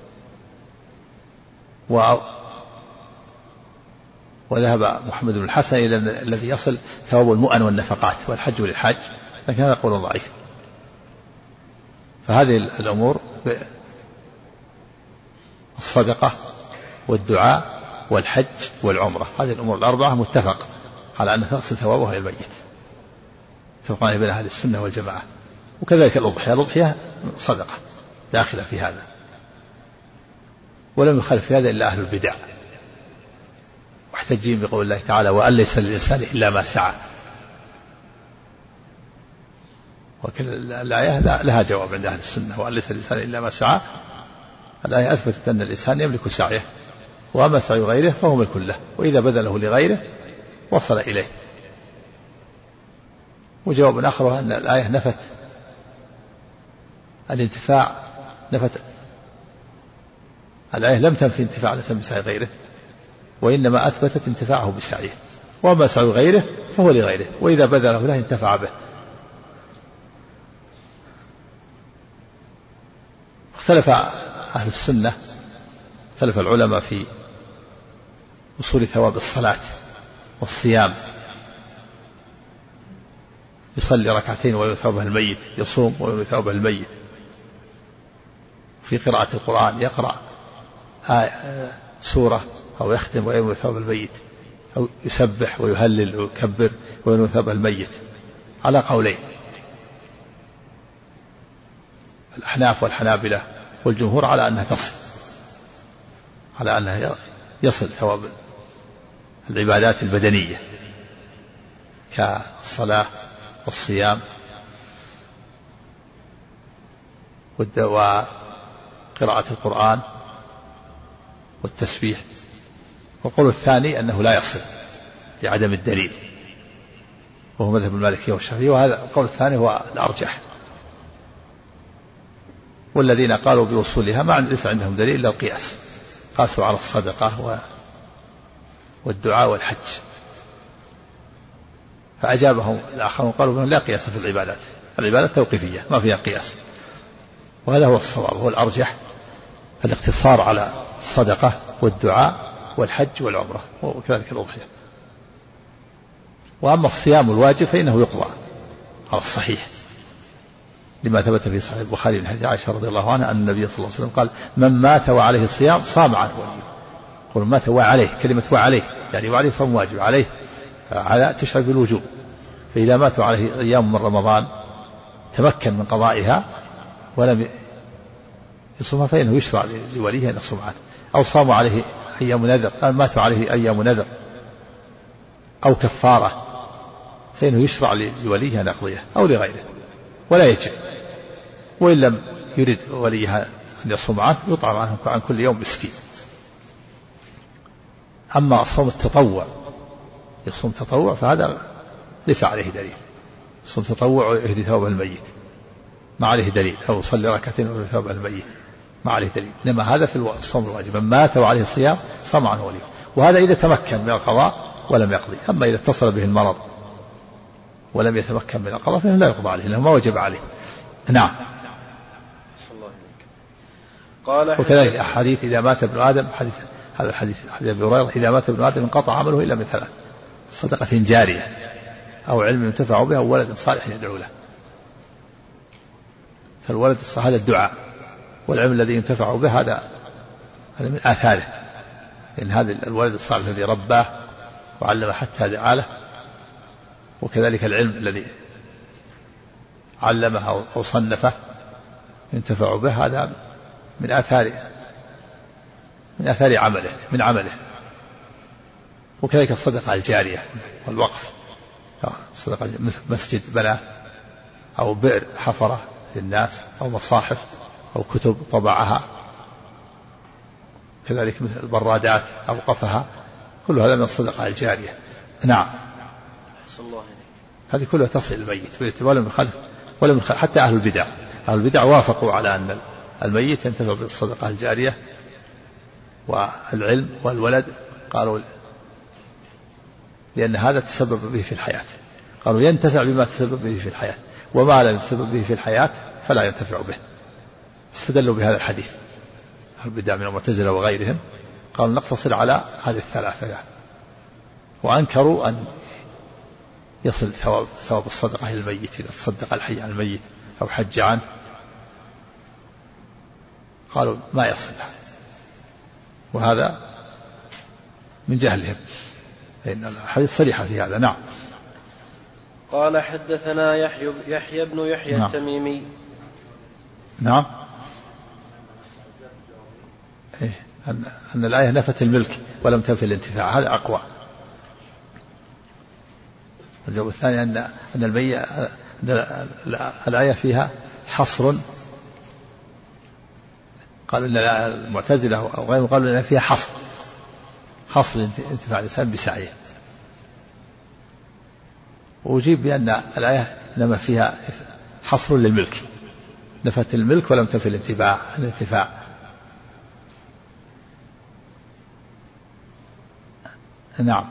وذهب محمد بن الحسن إلى الذي يصل ثواب المؤن والنفقات والحج للحج، لكن هذا قول ضعيف. فهذه الأمور الصدقة والدعاء والحج والعمرة، هذه الأمور الأربعة متفق على أن تصل ثوابها للميت، اتفقان بين أهل السنة والجماعة. وكذلك الأضحية صدقة داخلة في هذا، ولم يخالف في هذا إلا أهل البدع محتجين بقول الله تعالى وأن ليس للإنسان إلا ما سعى. الآية لها جواب عند أهل السنة، وأن ليس للإنسان إلا ما سعى. الآية أثبتت أن الإنسان يملك سعيه، وأما سعي غيره فهو ملك له، وإذا بذله لغيره وصل إليه. وجواب آخر أن الآية نفت الانتفاع، الآية لم تنفي انتفاع الإنسان بسعي غيره، وإنما أثبتت انتفاعه بسعيه، وأما سعي غيره فهو لغيره، وإذا بذله له انتفع به. اختلف أهل السنة، اختلف العلماء في وصول ثواب الصلاة والصيام، يصلي ركعتين ويوم ثوابه الميت، يصوم ويوم ثوابه الميت، في قراءة القرآن يقرأ سورة أو يختم ويوم ثواب الميت، أو يسبح ويهلل ويكبر ويوم ثوابه الميت، على قولين الأحناف والحنابلة، والجمهور على أنها تصل، على أنها يصل ثواب العبادات البدنية كالصلاة والصيام وقراءة القرآن والتسبيح. والقول الثاني أنه لا يصل لعدم الدليل، وهو مذهب المالكية والشافعية، وهذا القول الثاني هو الأرجح. والذين قالوا بوصولها ما ليس عندهم دليل إلا القياس، قاسوا على الصدقة والدعاء والحج. فأجابهم الآخرون قالوا بهم لا قياس في العبادات، العبادات توقيفية ما فيها قياس، وهذا هو الصواب، هو الأرجح، الاقتصار على الصدقة والدعاء والحج والعمرة وكذلك الأضحية. وأما الصيام الواجب فإنه يقضى على الصحيح، لما ثبت في صحيح البخاري من حديث عائشة رضي الله عنها أن النبي صلى الله عليه وسلم قال من مات وعليه الصيام صام عنه وليه. قل مات وعليه، كلمة وعليه يعني وعليه صوم واجب، عليه على تشعر بالوجوب، فإذا مات عليه أيام من رمضان تمكن من قضائها ولم يصومها فإنه يشرع لوليه أن يصوم عنه، أو صام عليه أيام نذر، مات عليه أيام نذر أو كفارة فإنه يشرع لوليه أن يقضيها أو لغيره ولا يجب. وإن لم يرد وليها أن يصوم عنه يطعم عنه عن كل يوم مسكين. أما صوم التطوع يصوم تطوع فهذا ليس عليه دليل، صوم تطوع ويهدي ثواب الميت ما عليه دليل، أو يصلي ركعتين ويهدي ثواب الميت ما عليه دليل، إنما هذا في الصوم الواجب، من مات وعليه الصيام صام عنه وليه، وهذا إذا تمكن من القضاء ولم يقضي. أما إذا اتصل به المرض ولم يتمكن من القضاء فإنه لا يقضى عليه لأنه ما وجب عليه. نعم. وكذلك أحاديث إذا مات ابن آدم، هذا الحديث حديث أبي هريرة إذا مات ابن آدم انقطع عمله إلا من ثلاث: صدقة جارية أو علم ينتفع به أو ولد صالح يدعو له. فالولد الصالح هذا الدعاء، والعلم الذي ينتفع به هذا من آثاره، لأن هذا الولد الصالح الذي رباه وعلم حتى دعا له، وكذلك العلم الذي علمه أو صنفه ينتفع به، هذا من آثار عمله. وكذلك الصدقة الجارية والوقف، صدقة مسجد بناه أو بئر حفره للناس أو مصاحف أو كتب طبعها، كذلك مثل البرادات أوقفها، كل هذا من الصدقة الجارية. نعم. هذه كلها تصل الميت ولم يخالف حتى أهل البدع وافقوا على أن الميت ينتفع بالصدقة الجارية والعلم والولد، قالوا لأن هذا تسبب به في الحياة، قالوا ينتفع بما تسبب به في الحياة، وما لم يتسبب به في الحياة فلا ينتفع به. استدلوا بهذا الحديث البدع من المعتزلة وغيرهم، قالوا نقتصر على هذه الثلاثة يعني. وأنكروا أن يصل ثواب الصدقة إلى الميت إذا تصدق الحي عن الميت أو حج عنه، قالوا ما يصل، وهذا من جهلهم، لأن الحديث صريحة في هذا. نعم. قال حدثنا يحيى بن يحيى نعم. التميمي. نعم. أن الآية نفت الملك ولم تنفي الانتفاع، هذا أقوى. الجواب الثاني أن الآية فيها حصر، قالوا أن المعتزلة أو غيرهم قالوا أن فيها حصر انتفاع الإنسان بسعيه، وأجيب بأن الآية إنما فيها حصر للملك، نفت الملك ولم تنفي الانتفاع. نعم.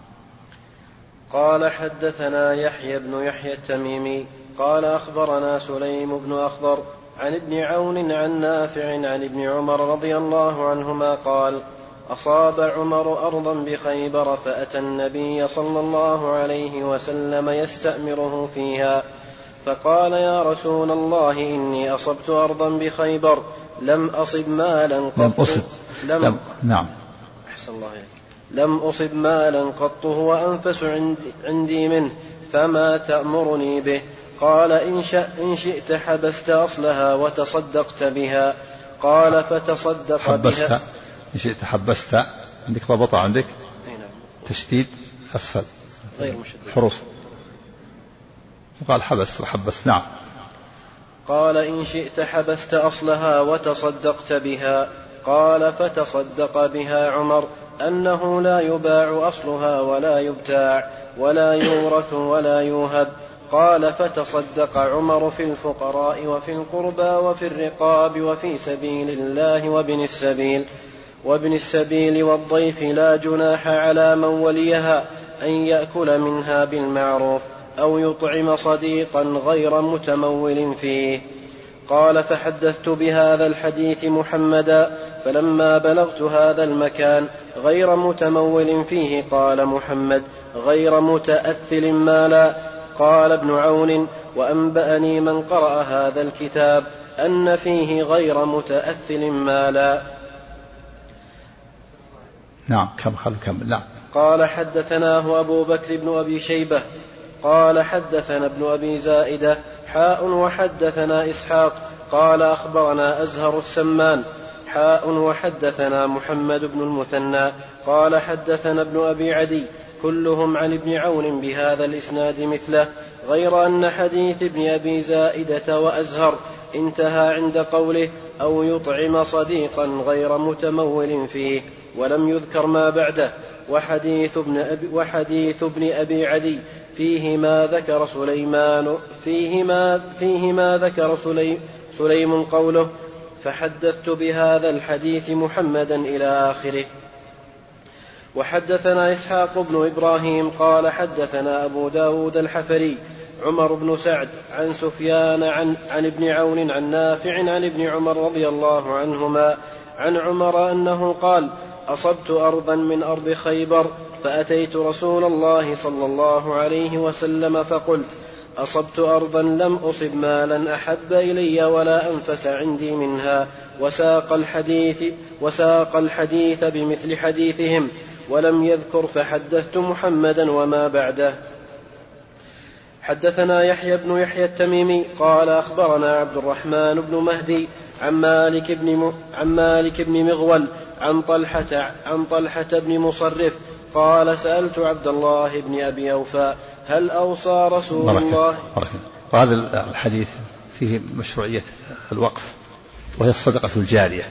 قال حدثنا يحيى بن يحيى التميمي قال أخبرنا سليم بن أخضر عن ابن عون عن نافع عن ابن عمر رضي الله عنهما قال أصاب عمر أرضا بخيبر فأتى النبي صلى الله عليه وسلم يستأمره فيها، فقال يا رسول الله إني أصبت أرضا بخيبر لم أصب مالا قط. نعم. أحسن الله عليك. لم أصب مالا قط هو أنفس عندي منه، فما تأمرني به؟ قال إن شئت حبست أصلها وتصدقت بها. قال فتصدق بها. إن شئت حبست، عندك ضبط عندك تشديد أسفل غير مشدد حروف، وقال حبس. نعم. قال إن شئت حبست أصلها وتصدقت بها. قال فتصدق بها عمر أنه لا يباع أصلها ولا يبتاع ولا يورث ولا يوهب. قال فتصدق عمر في الفقراء وفي القربى وفي الرقاب وفي سبيل الله وابن السبيل والضيف، لا جناح على من وليها أن يأكل منها بالمعروف أو يطعم صديقا غير متمول فيه. قال فحدثت بهذا الحديث محمدا، فلما بلغت هذا المكان غير متمول فيه قال محمد غير متأثل مالا. قال ابن عون وأنبأني من قرأ هذا الكتاب أن فيه غير متأثل مالا. نعم. كم. نعم. قال حدثناه أبو بكر بن أبي شيبة قال حدثنا ابن أبي زائدة وحدثنا إسحاق قال أخبرنا أزهر السمان وحدثنا محمد بن المثنى قال حدثنا ابن أبي عدي كلهم عن ابن عون بهذا الإسناد مثله، غير أن حديث ابن أبي زائدة وأزهر انتهى عند قوله أو يطعم صديقا غير متمول فيه، ولم يذكر ما بعده. وحديث ابن أبي عدي فيه ما ذكر سليم قوله فحدثت بهذا الحديث محمدا إلى آخره. وحدثنا إسحاق بن إبراهيم قال حدثنا أبو داود الحفري عمر بن سعد عن سفيان عن ابن عون عن نافع عن ابن عمر رضي الله عنهما عن عمر أنه قال أصبت أرضا من أرض خيبر فأتيت رسول الله صلى الله عليه وسلم فقلت أصبت أرضا لم أصب مالا أحب إلي ولا أنفس عندي منها، وساق الحديث بمثل حديثهم ولم يذكر، فحدثت محمدا وما بعده. حدثنا يحيى بن يحيى التميمي قال أخبرنا عبد الرحمن بن مهدي عن مالك بن مغول عن طلحة بن مصرف قال سألت عبد الله بن أبي أوفى هل أوصى رسول الله. وهذا الحديث فيه مشروعية الوقف وهي الصدقة الجارية،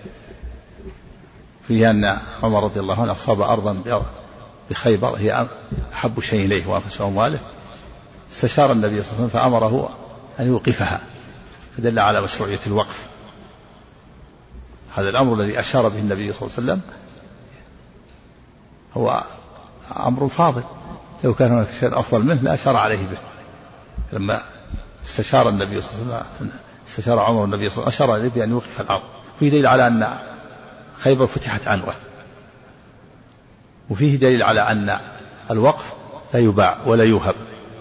فيها أن عمر رضي الله عنه أصاب أرضا بخيبر هي أحب شيء إليه وأنفس أمواله، استشار النبي صلى الله عليه وسلم فأمره أن يوقفها، فدل على مشروعية الوقف. هذا الأمر الذي أشار به النبي صلى الله عليه وسلم هو أمر فاضل، لو كان هناك شيء أفضل منه لأشار عليه به. لما استشار النبي صلى الله عليه وسلم استشار عمر النبي صلى الله عليه وسلم أشار عليه بأن يوقف الأرض، فيه دليل على أن خيبر فتحت عنوة، وفيه دليل على أن الوقف لا يباع ولا يوهب،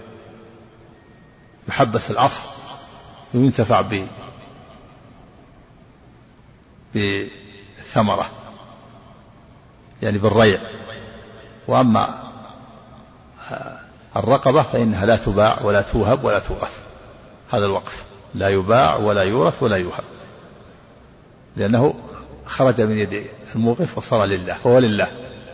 يحبس الأصل وينتفع بالثمرة يعني بالريع. وأما الرقبة فإنها لا تباع ولا توهب ولا تورث، هذا الوقف لا يباع ولا يورث ولا يوهب، لأنه خرج من يد الموقف وصار لله، فهو لله.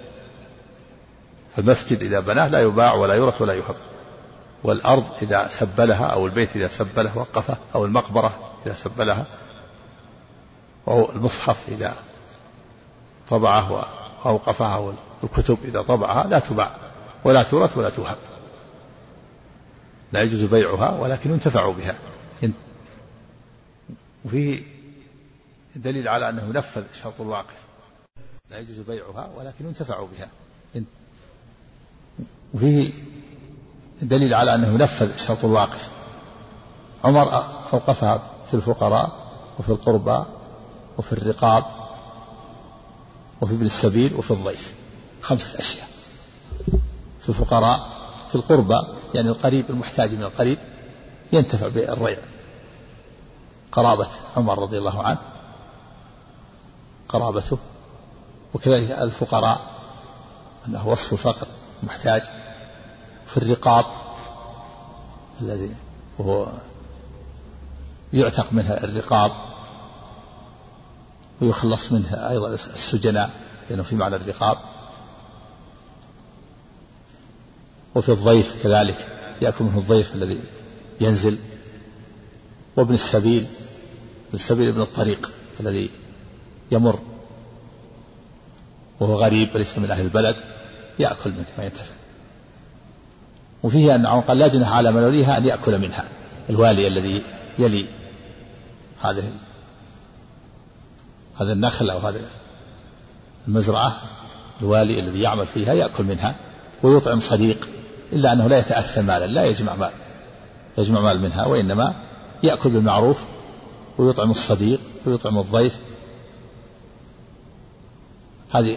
فالمسجد إذا بناه لا يباع ولا يورث ولا يوهب، والأرض إذا سبلها أو البيت إذا سبله وقفه، أو المقبرة إذا سبلها، أو المصحف إذا طبعه وأوقفها، أو الكتب إذا طبعها لا تباع ولا تورث ولا توهب، لا يجوز بيعها ولكن ينتفع بها. وفيه دليل على أنه نفذ شرط الواقف، لا يجوز بيعها ولكن ينتفع بها. وفيه دليل على أنه نفذ شرط الواقف. عمر أوقفها في الفقراء وفي القربى وفي الرقاب وفي ابن السبيل وفي الضيف، 5 أشياء. في الفقراء، في القربى يعني القريب المحتاج من القريب ينتفع بالريع، قرابة عمر رضي الله عنه قرابته. وكذلك الفقراء أنه وصف الفقر محتاج. في الرقاب الذي وهو يعتق منها الرقاب ويخلص منها أيضا السجناء لأنه في معنى الرقاب. وفي الضيف كذلك يأكل منه الضيف الذي ينزل. وابن السبيل، ابن السبيل ابن الطريق الذي يمر وهو غريب وليس من أهل البلد يأكل منه ما ينتفع. وفيه أن عمر قال لا جناح على من وليها أن يأكل منها، الوالي الذي يلي هذا النخل أو هذا المزرعة، الوالي الذي يعمل فيها يأكل منها ويطعم صديق، إلا أنه لا يتأثى مالا، لا يجمع مال منها، وإنما يأكل بالمعروف ويطعم الصديق ويطعم الضيف. هذه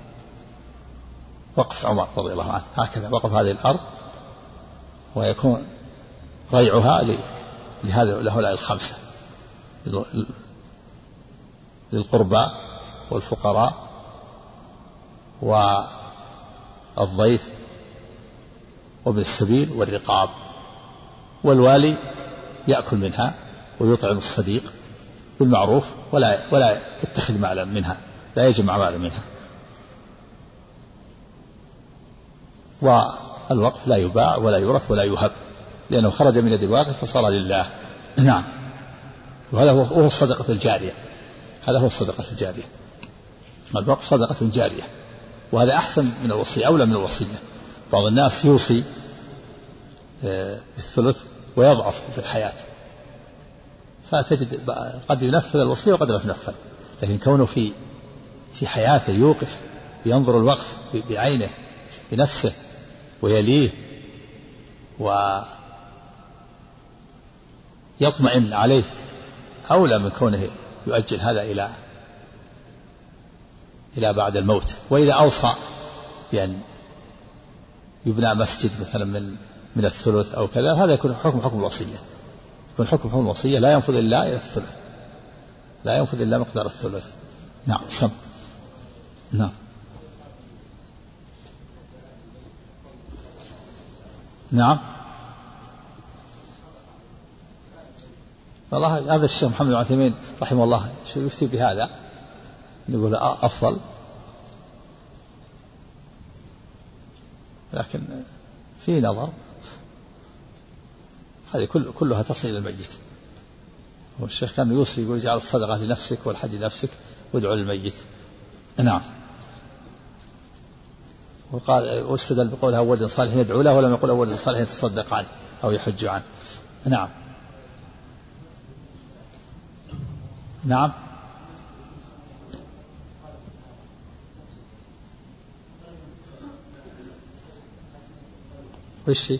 وقف عمر رضي الله عنه، هكذا وقف هذه الأرض ويكون ريعها لهؤلاء 5 للقربى والفقراء والضيف وابن السبيل والرقاب. والوالي يأكل منها ويطعم الصديق بالمعروف ولا يتخذ مالا منها، لا يجمع مالا منها. والوقف لا يباع ولا يورث ولا يهب، لأنه خرج من يد الواقف فصار لله. نعم. وهذا هو الصدقة الجارية، هذا هو الصدقة الجارية. الوقف صدقة جارية، وهذا أحسن من الوصية، أولى من الوصية. بعض الناس يوصي بالثلث ويضعف في الحياة، فتجد قد ينفذ الوصية وقد لا تنفذ، لكن كونه في حياته يوقف ينظر الوقف بعينه بنفسه ويليه ويطمئن عليه أولى من كونه يؤجل هذا إلى بعد الموت. وإذا أوصى بأن يبنى مسجد مثلا من الثلث أو كذا، هذا يكون حكم الوصية، يكون حكم الوصية لا ينفذ إلا إلى الثلث، لا ينفذ إلا مقدار الثلث. نعم. نعم. نعم. والله هذا الشيخ محمد بن عثيمين رحمه الله يفتي بهذا، يقول أفضل، لكن في نظر، هذه كلها تصل إلى الميت. والشيخ كان يوصي يقول اجعل الصدقة لنفسك والحج لنفسك وادعو للميت. نعم. وقال واستدل بقولها أول صالح يدعو له، ولم يقول أول صالح يتصدق عنه أو يحج عنه. نعم. نعم. وش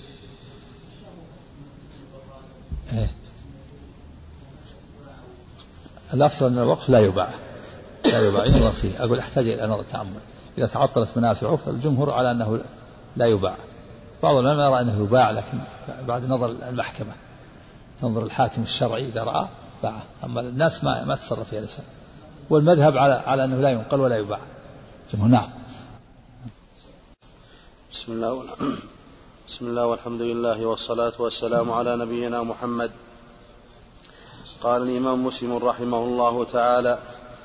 الأصل أن الوقف لا يباع ينظر فيه. أقول أحتاج إلى نظر تأمل. إذا تعطلت منافعه فالجمهور على أنه لا يباع، بعض العلماء يرى أنه يباع، لكن بعد نظر المحكمة تنظر الحاكم الشرعي إذا رأى باعه، أما الناس ما تصرف فيها الإنسان. والمذهب على أنه لا ينقل ولا يباع. نعم. بسم الله والحمد لله والصلاة والسلام على نبينا محمد. قال الإمام مسلم رحمه الله تعالى: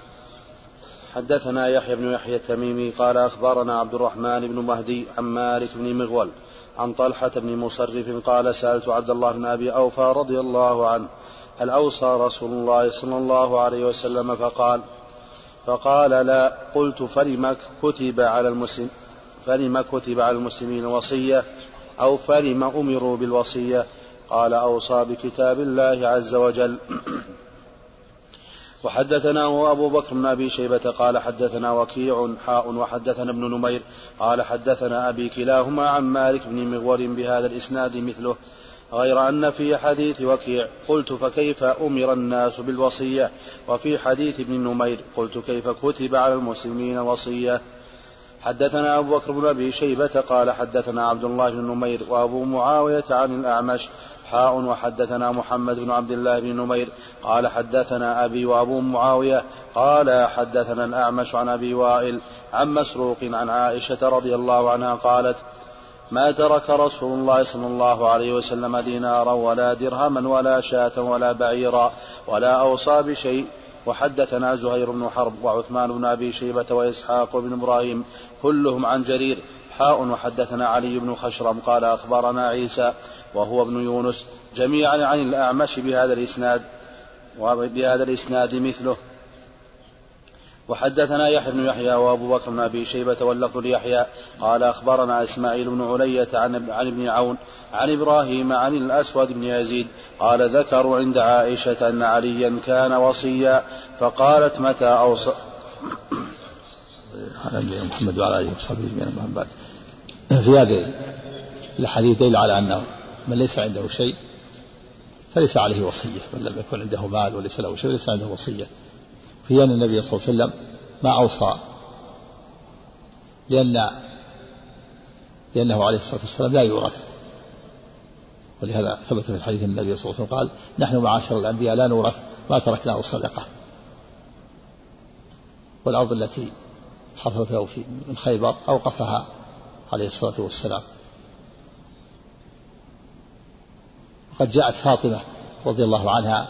حدثنا يحيى بن يحيى التميمي قال أخبرنا عبد الرحمن بن مهدي عن مالك بن مغول عن طلحة بن مصرف قال: سألت عبد الله بن أبي أوفى رضي الله عنه: هل أوصى رسول الله صلى الله عليه وسلم؟ فقال: لا. قلت: فلم كتب على المسلمين وصية، أو فلم أمروا بالوصية؟ قال: أوصى بكتاب الله عز وجل. وحدثناه أبو بكر بن أبي شيبة قال حدثنا وكيع وحدثنا ابن نمير قال حدثنا أبي كلاهما عن مالك بن مغول بهذا الإسناد مثله، غير أن في حديث وكيع قلت: فكيف أمر الناس بالوصية؟ وفي حديث ابن نمير قلت: كيف كتب على المسلمين وصية؟ حدثنا أبو بكر بن أبي شيبة قال حدثنا عبد الله بن نمير وأبو معاوية عن الأعمش وحدثنا محمد بن عبد الله بن نمير قال حدثنا أبي وأبو معاوية قال حدثنا الأعمش عن أبي وائل عن مسروق عن عائشة رضي الله عنها قالت: ما ترك رسول الله صلى الله عليه وسلم دينارا ولا درهما ولا شاة ولا بعيرا ولا أوصى بشيء. وحدثنا زهير بن حرب وعثمان بن أبي شيبة وإسحاق بن إبراهيم كلهم عن جرير وحدثنا علي بن خشرم قال أخبرنا عيسى وهو ابن يونس جميعا عن الأعمش بهذا الإسناد مثله. وحدثنا يحيى بن يحيى وأبو بكر بن أبي شيبة واللفظ ليحيى قال أخبرنا إسماعيل بن علية عن ابن عون عن إبراهيم عن الأسود بن يزيد قال: ذكروا عند عائشة أن عليا كان وصيا فقالت: متى أوصى؟ محمد وعلى آله وصحبه أجمعين. في هذه الحديث دليل على أنه من ليس عنده شيء فليس عليه وصية، من لم يكن عنده مال وليس له شيء فليس عنده وصية. في أن النبي صلى الله عليه وسلم ما أوصى، لأنه عليه الصلاة والسلام لا يورث، ولهذا ثبت في الحديث أن النبي صلى الله عليه وسلم قال: نحن معاشر الأنبياء لا نورث ما تركناه صدقة. والأرض التي حصلت له من خيبر أوقفها عليه الصلاة والسلام. وقد جاءت فاطمة رضي الله عنها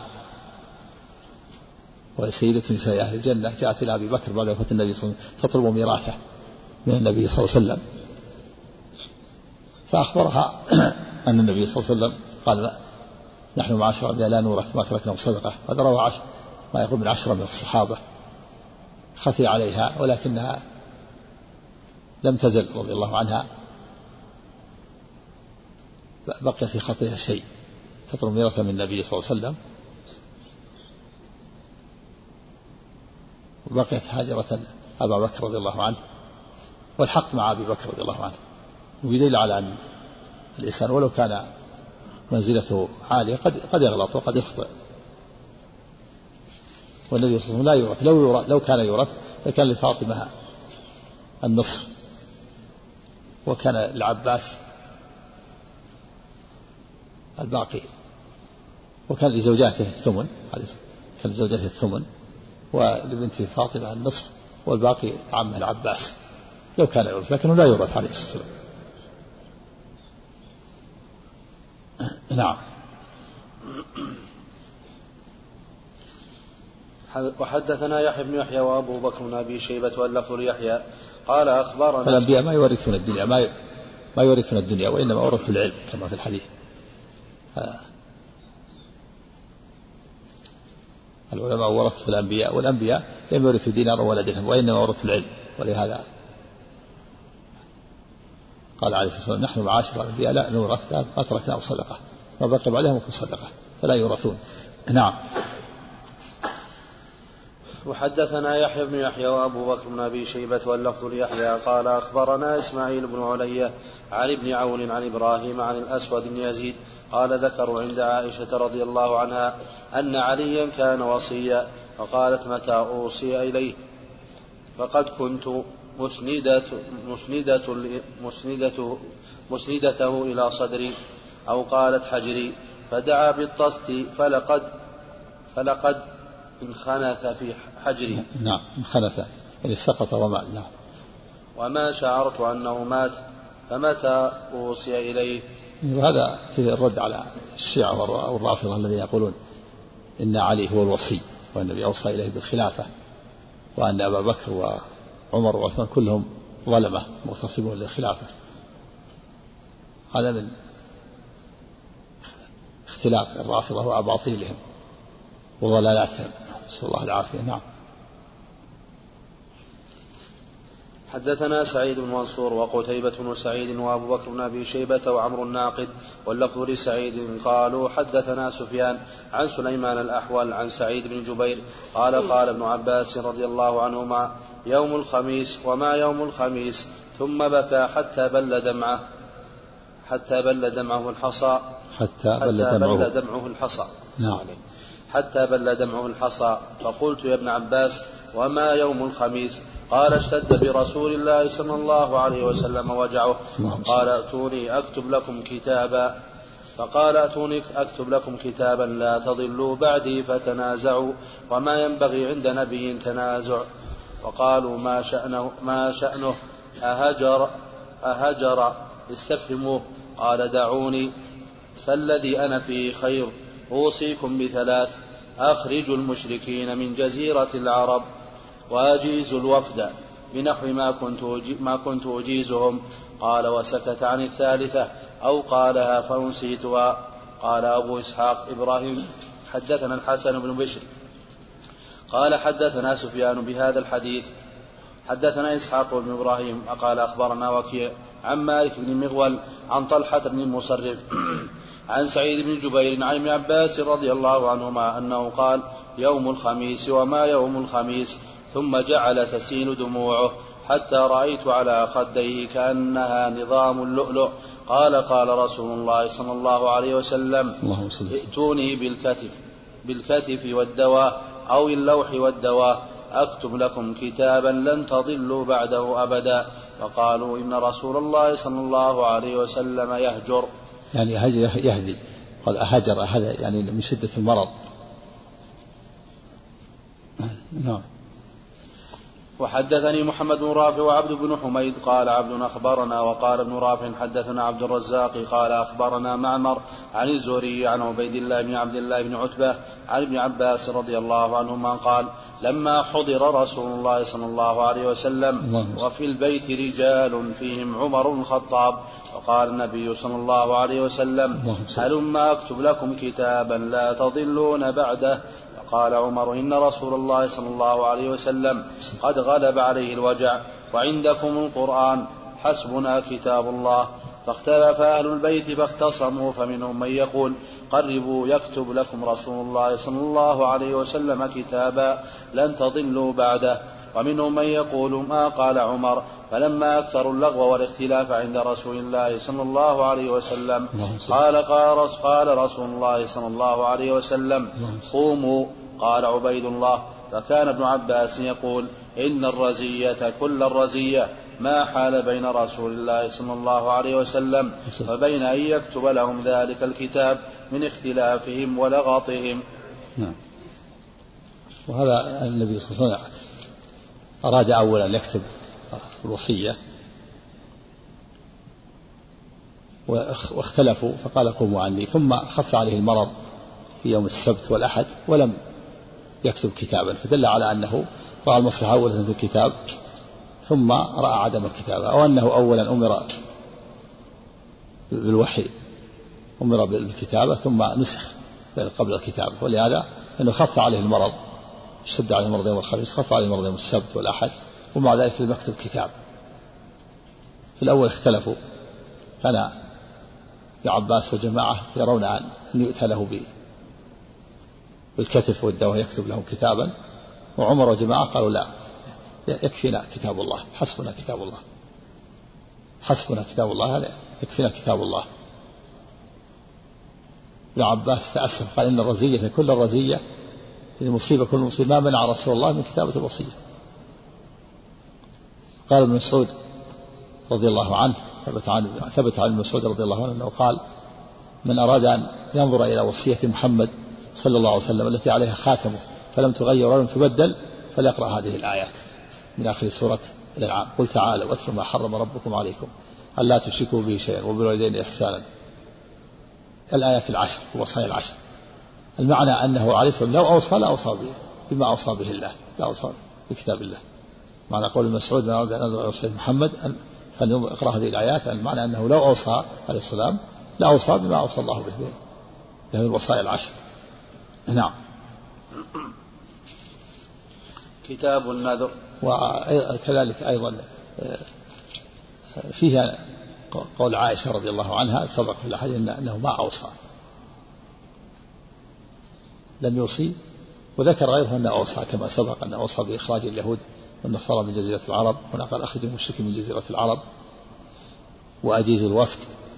وهي سيدة نساء أهل الجنة، جاءت إلى أبي بكر بعد وفاة النبي صلى الله عليه وسلم تطلب ميراثه من النبي صلى الله عليه وسلم، فأخبرها أن النبي صلى الله عليه وسلم قال: نحن معاشر الأنبياء لا نورث ما تركناه صدقة. هذا روى ما يقول من 10 من الصحابة، خفي عليها ولكنها لم تزل رضي الله عنها بقي في خاطرها شيء تطلب ميراثه من النبي صلى الله عليه وسلم، وبقيت هاجرة أبا بكر رضي الله عنه، والحق مع أبي بكر رضي الله عنه. ويدل على أن الإنسان ولو كان منزلته عالية قد يغلط وقد يخطئ. والنبي صلى الله عليه وسلم لا يورث، لو كان يورث لكان لفاطمة النصف، وكان العباس الباقي، وكان لزوجاته الثمن، كان لزوجاته الثمن، ولبنت فاطمة النصف، والباقي عمه العباس لو كان يورث، لكنه لا يورث عليه الصلاة والسلام. نعم. وحدثنا يحيى بن يحيى وأبو بكر بن أبي شيبة واللفظ ليحيى قال أخبرنا. الأنبياء ما يورثون الدنيا، ما يورثون الدنيا، وإنما ورثوا العلم كما في الحديث. العلماء ورثوا الأنبياء، والأنبياء لم يورثوا دينارا ولا درهم، وإنما ورثوا العلم. ولهذا قال عليه الصلاة والسلام: نحن معاشر الأنبياء لا نورث، ما تركناه صدقة، ما بقي بعدهم صدقة، فلا يورثون. نعم. وحدثنا يحيى بن يحيى وأبو بكر بن أبي شيبة واللفظ ليحيى قال أخبرنا إسماعيل بن علية عن ابن عون عن إبراهيم عن الأسود بن يزيد قال ذكروا عند عائشة رضي الله عنها أن عليا كان وصيا، فقالت: متى أوصي إليه؟ فقد كنت مسندته إلى صدري، أو قالت حجري، فدعا بالطست فلقد انخنث في حجري. نعم، انخنث يعني سقط ومات. نعم. وما شعرت أنه مات، فمتى أوصي إليه؟ وهذا في الرد على الشيعة والرافضة الذين يقولون إن علي هو الوصي، والنبي أوصى إليه بالخلافة، وأن أبا بكر وعمر وعثمان كلهم ظلمة مغتصبون للخلافة. هذا من اختلاف الرافضة وأباطيلهم وضلالاتهم، نسأل الله العافية. نعم. حدثنا سعيد بن منصور وقتيبة بن سعيد وأبو بكر بن أبي شيبة وعمر الناقد واللفظ لسعيد قالوا حدثنا سفيان عن سليمان الأحول عن سعيد بن جبير قال قال ابن عباس رضي الله عنهما: يوم الخميس، وما يوم الخميس؟ ثم بكى حتى بل دمعه الحصى. حتى بل دمعه الحصى. نعم. حتى بل دمعه الحصى. فقلت: يا ابن عباس، وما يوم الخميس؟ قال: اشتد برسول الله صلى الله عليه وسلم وجعه، قال: ائتوني أكتب لكم كتابا. فقال: ائتوني أكتب لكم كتابا لا تضلوا بعدي فتنازعوا، وما ينبغي عند نبي تنازع. وقالوا: ما شأنه أهجر استفهموه. قال: دعوني فالذي أنا فيه خير. أوصيكم بثلاث: أخرجوا المشركين من جزيرة العرب، وأجيزوا الوفد بنحو ما كنت أجيزهم. قال: وسكت عن الثالثة أو قالها فأنسيتها. قال أبو إسحاق إبراهيم حدثنا الحسن بن بشر قال حدثنا سفيان بهذا الحديث. حدثنا إسحاق بن إبراهيم قال أخبرنا وكيع عن مالك بن مغول عن طلحة بن المصرف عن سعيد بن جبير عن ابن عباس رضي الله عنهما أنه قال: يوم الخميس، وما يوم الخميس؟ ثم جعل تسيل دموعه حتى رأيت على خديه كأنها نظام اللؤلؤ. قال: قال رسول الله صلى الله عليه وسلم: ائتوني بالكتف والدواء أو اللوح والدواء، أكتب لكم كتابا لن تضلوا بعده أبدا. فقالوا: إن رسول الله صلى الله عليه وسلم يهجر، يعني يهدي. قال: أهجر، هذا يعني من شدة المرض. نعم. وحدثني محمد بن رافع وعبد بن حميد قال عبد أخبرنا، وقال ابن رافع حدثنا عبد الرزاق قال أخبرنا معمر عن الزهري عن عبيد الله بن عبد الله بن عتبة عن ابن عباس رضي الله عنهما قال: لما حضر رسول الله صلى الله عليه وسلم وفي البيت رجال فيهم عمر بن الخطاب، وقال النبي صلى الله عليه وسلم: هلما أكتب لكم كتابا لا تضلون بعده. قال عمر: إن رسول الله صلى الله عليه وسلم قد غلب عليه الوجع، وعندكم القرآن، حسبنا كتاب الله. فاختلف أهل البيت فاختصموا، فمنهم من يقول: قربوا يكتب لكم رسول الله صلى الله عليه وسلم كتابا لن تضلوا بعده. ومنهم من يقول ما قال عمر. فلما أكثروا اللغو والاختلاف عند رسول الله صلى الله عليه وسلم قال رسول الله صلى الله عليه وسلم: قوموا. قال عبيد الله: فكان ابن عباس يقول: إن الرزية كل الرزية ما حال بين رسول الله صلى الله عليه وسلم وبين أن يكتب لهم ذلك الكتاب من اختلافهم ولغطهم. وهذا النبي صلى الله عليه وسلم أراد أولا أن يكتب الوصية، واختلفوا فقال: قوموا عني. ثم خف عليه المرض في يوم السبت والأحد ولم يكتب كتابا، فدل على أنه رأى المصلحة أولا في الكتاب ثم رأى عدم الكتابة، أو أنه أولا أمر بالوحي، أمر بالكتابة ثم نسخ قبل الكتابة، ولهذا أنه خف عليه المرض، اشتد عليه المرض يوم الخميس، خف عليه المرض يوم السبت والأحد، ومع ذلك لم يكتب كتاب. في الأول اختلفوا، كان ابن عباس وجماعة يرون أن يؤتى له بالكتف والدواء يكتب لهم كتابا، وعمر وجماعة قالوا لا، يكفينا كتاب الله، حسبنا كتاب الله، حسبنا كتاب الله، هذا يكفينا كتاب الله. ابن عباس تأسف قال إن الرزية كل الرزية، المصيبة كل مصيبة ما منع رسول الله من كتابة الوصية. قال ابن مسعود رضي الله عنه، ثبت عن ابن مسعود رضي الله عنه أنه قال من أراد أن ينظر إلى وصية محمد صلى الله عليه وسلم التي عليها خاتمه فلم تغير ولم تبدل فليقرأ هذه الآيات من آخر سورة الأنعام: قل تعالوا واتلوا ما حرم ربكم عليكم ألا تشركوا به شيئا وبالوالدين إحسانا. الآيات العشر ووصايا العشر. المعنى أنه عليه الصلاة والسلام لو أوصى لا أوصى بما أوصى به الله، لا أوصى بكتاب الله. معنى قول المسعود من أراد أن ينظر إلى وصية محمد فليقرأ هذه الآيات، المعنى أنه لو أوصى عليه السلام لا أوصى بما أوصى الله به هذه الوصايا العشر. نعم. كتاب النذر. وكذلك أيضا فيها قول عائشة رضي الله عنها سبق في الحديث أنه ما أوصى، لم يوصي، وذكر غيره أنه أوصى كما سبق أنه أوصى بإخراج اليهود والنصارى من جزيرة العرب، هنا قال أخرج المشركين من جزيرة العرب وأجيز الوفد.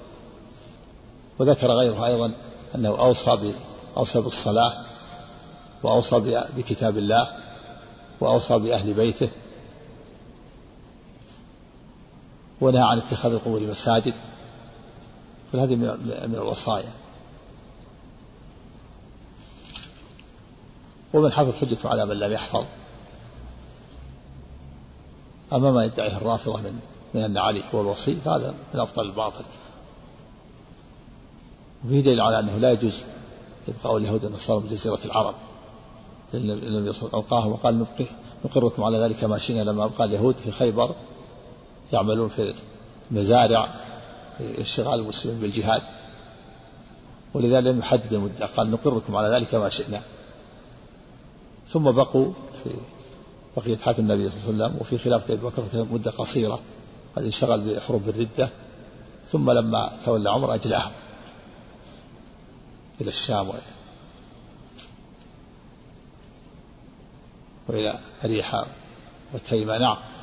وذكر غيره أيضا أنه أوصى بالصلاة، وأوصى بكتاب الله، وأوصى بأهل بيته، ونهى عن اتخاذ القبور مساجد. فهذه من الوصايا. ومن حفظ حجة على من لم يحفظ. أما ما يدعيه الرافضة من أن علي هو الوصي فهذا من أبطال الباطل. وفيه دليل على أنه لا يجوز إبقاء اليهود والنصارى من جزيرة العرب، لأن ألقاهم وقال نقركم على ذلك ما شئنا، لما أبقى اليهود في خيبر يعملون في المزارع اشتغال المسلمين بالجهاد، ولذلك لم يحدد المدة، قال نقركم على ذلك ما شئنا. ثم بقوا في بقية حياة النبي صلى الله عليه وسلم وفي خلافة أبي بكر مدة قصيرة، قد انشغل بحروب الردة، ثم لما تولى عمر أجلاهم إلى الشام وإلى أريحة وتيمة. نعم.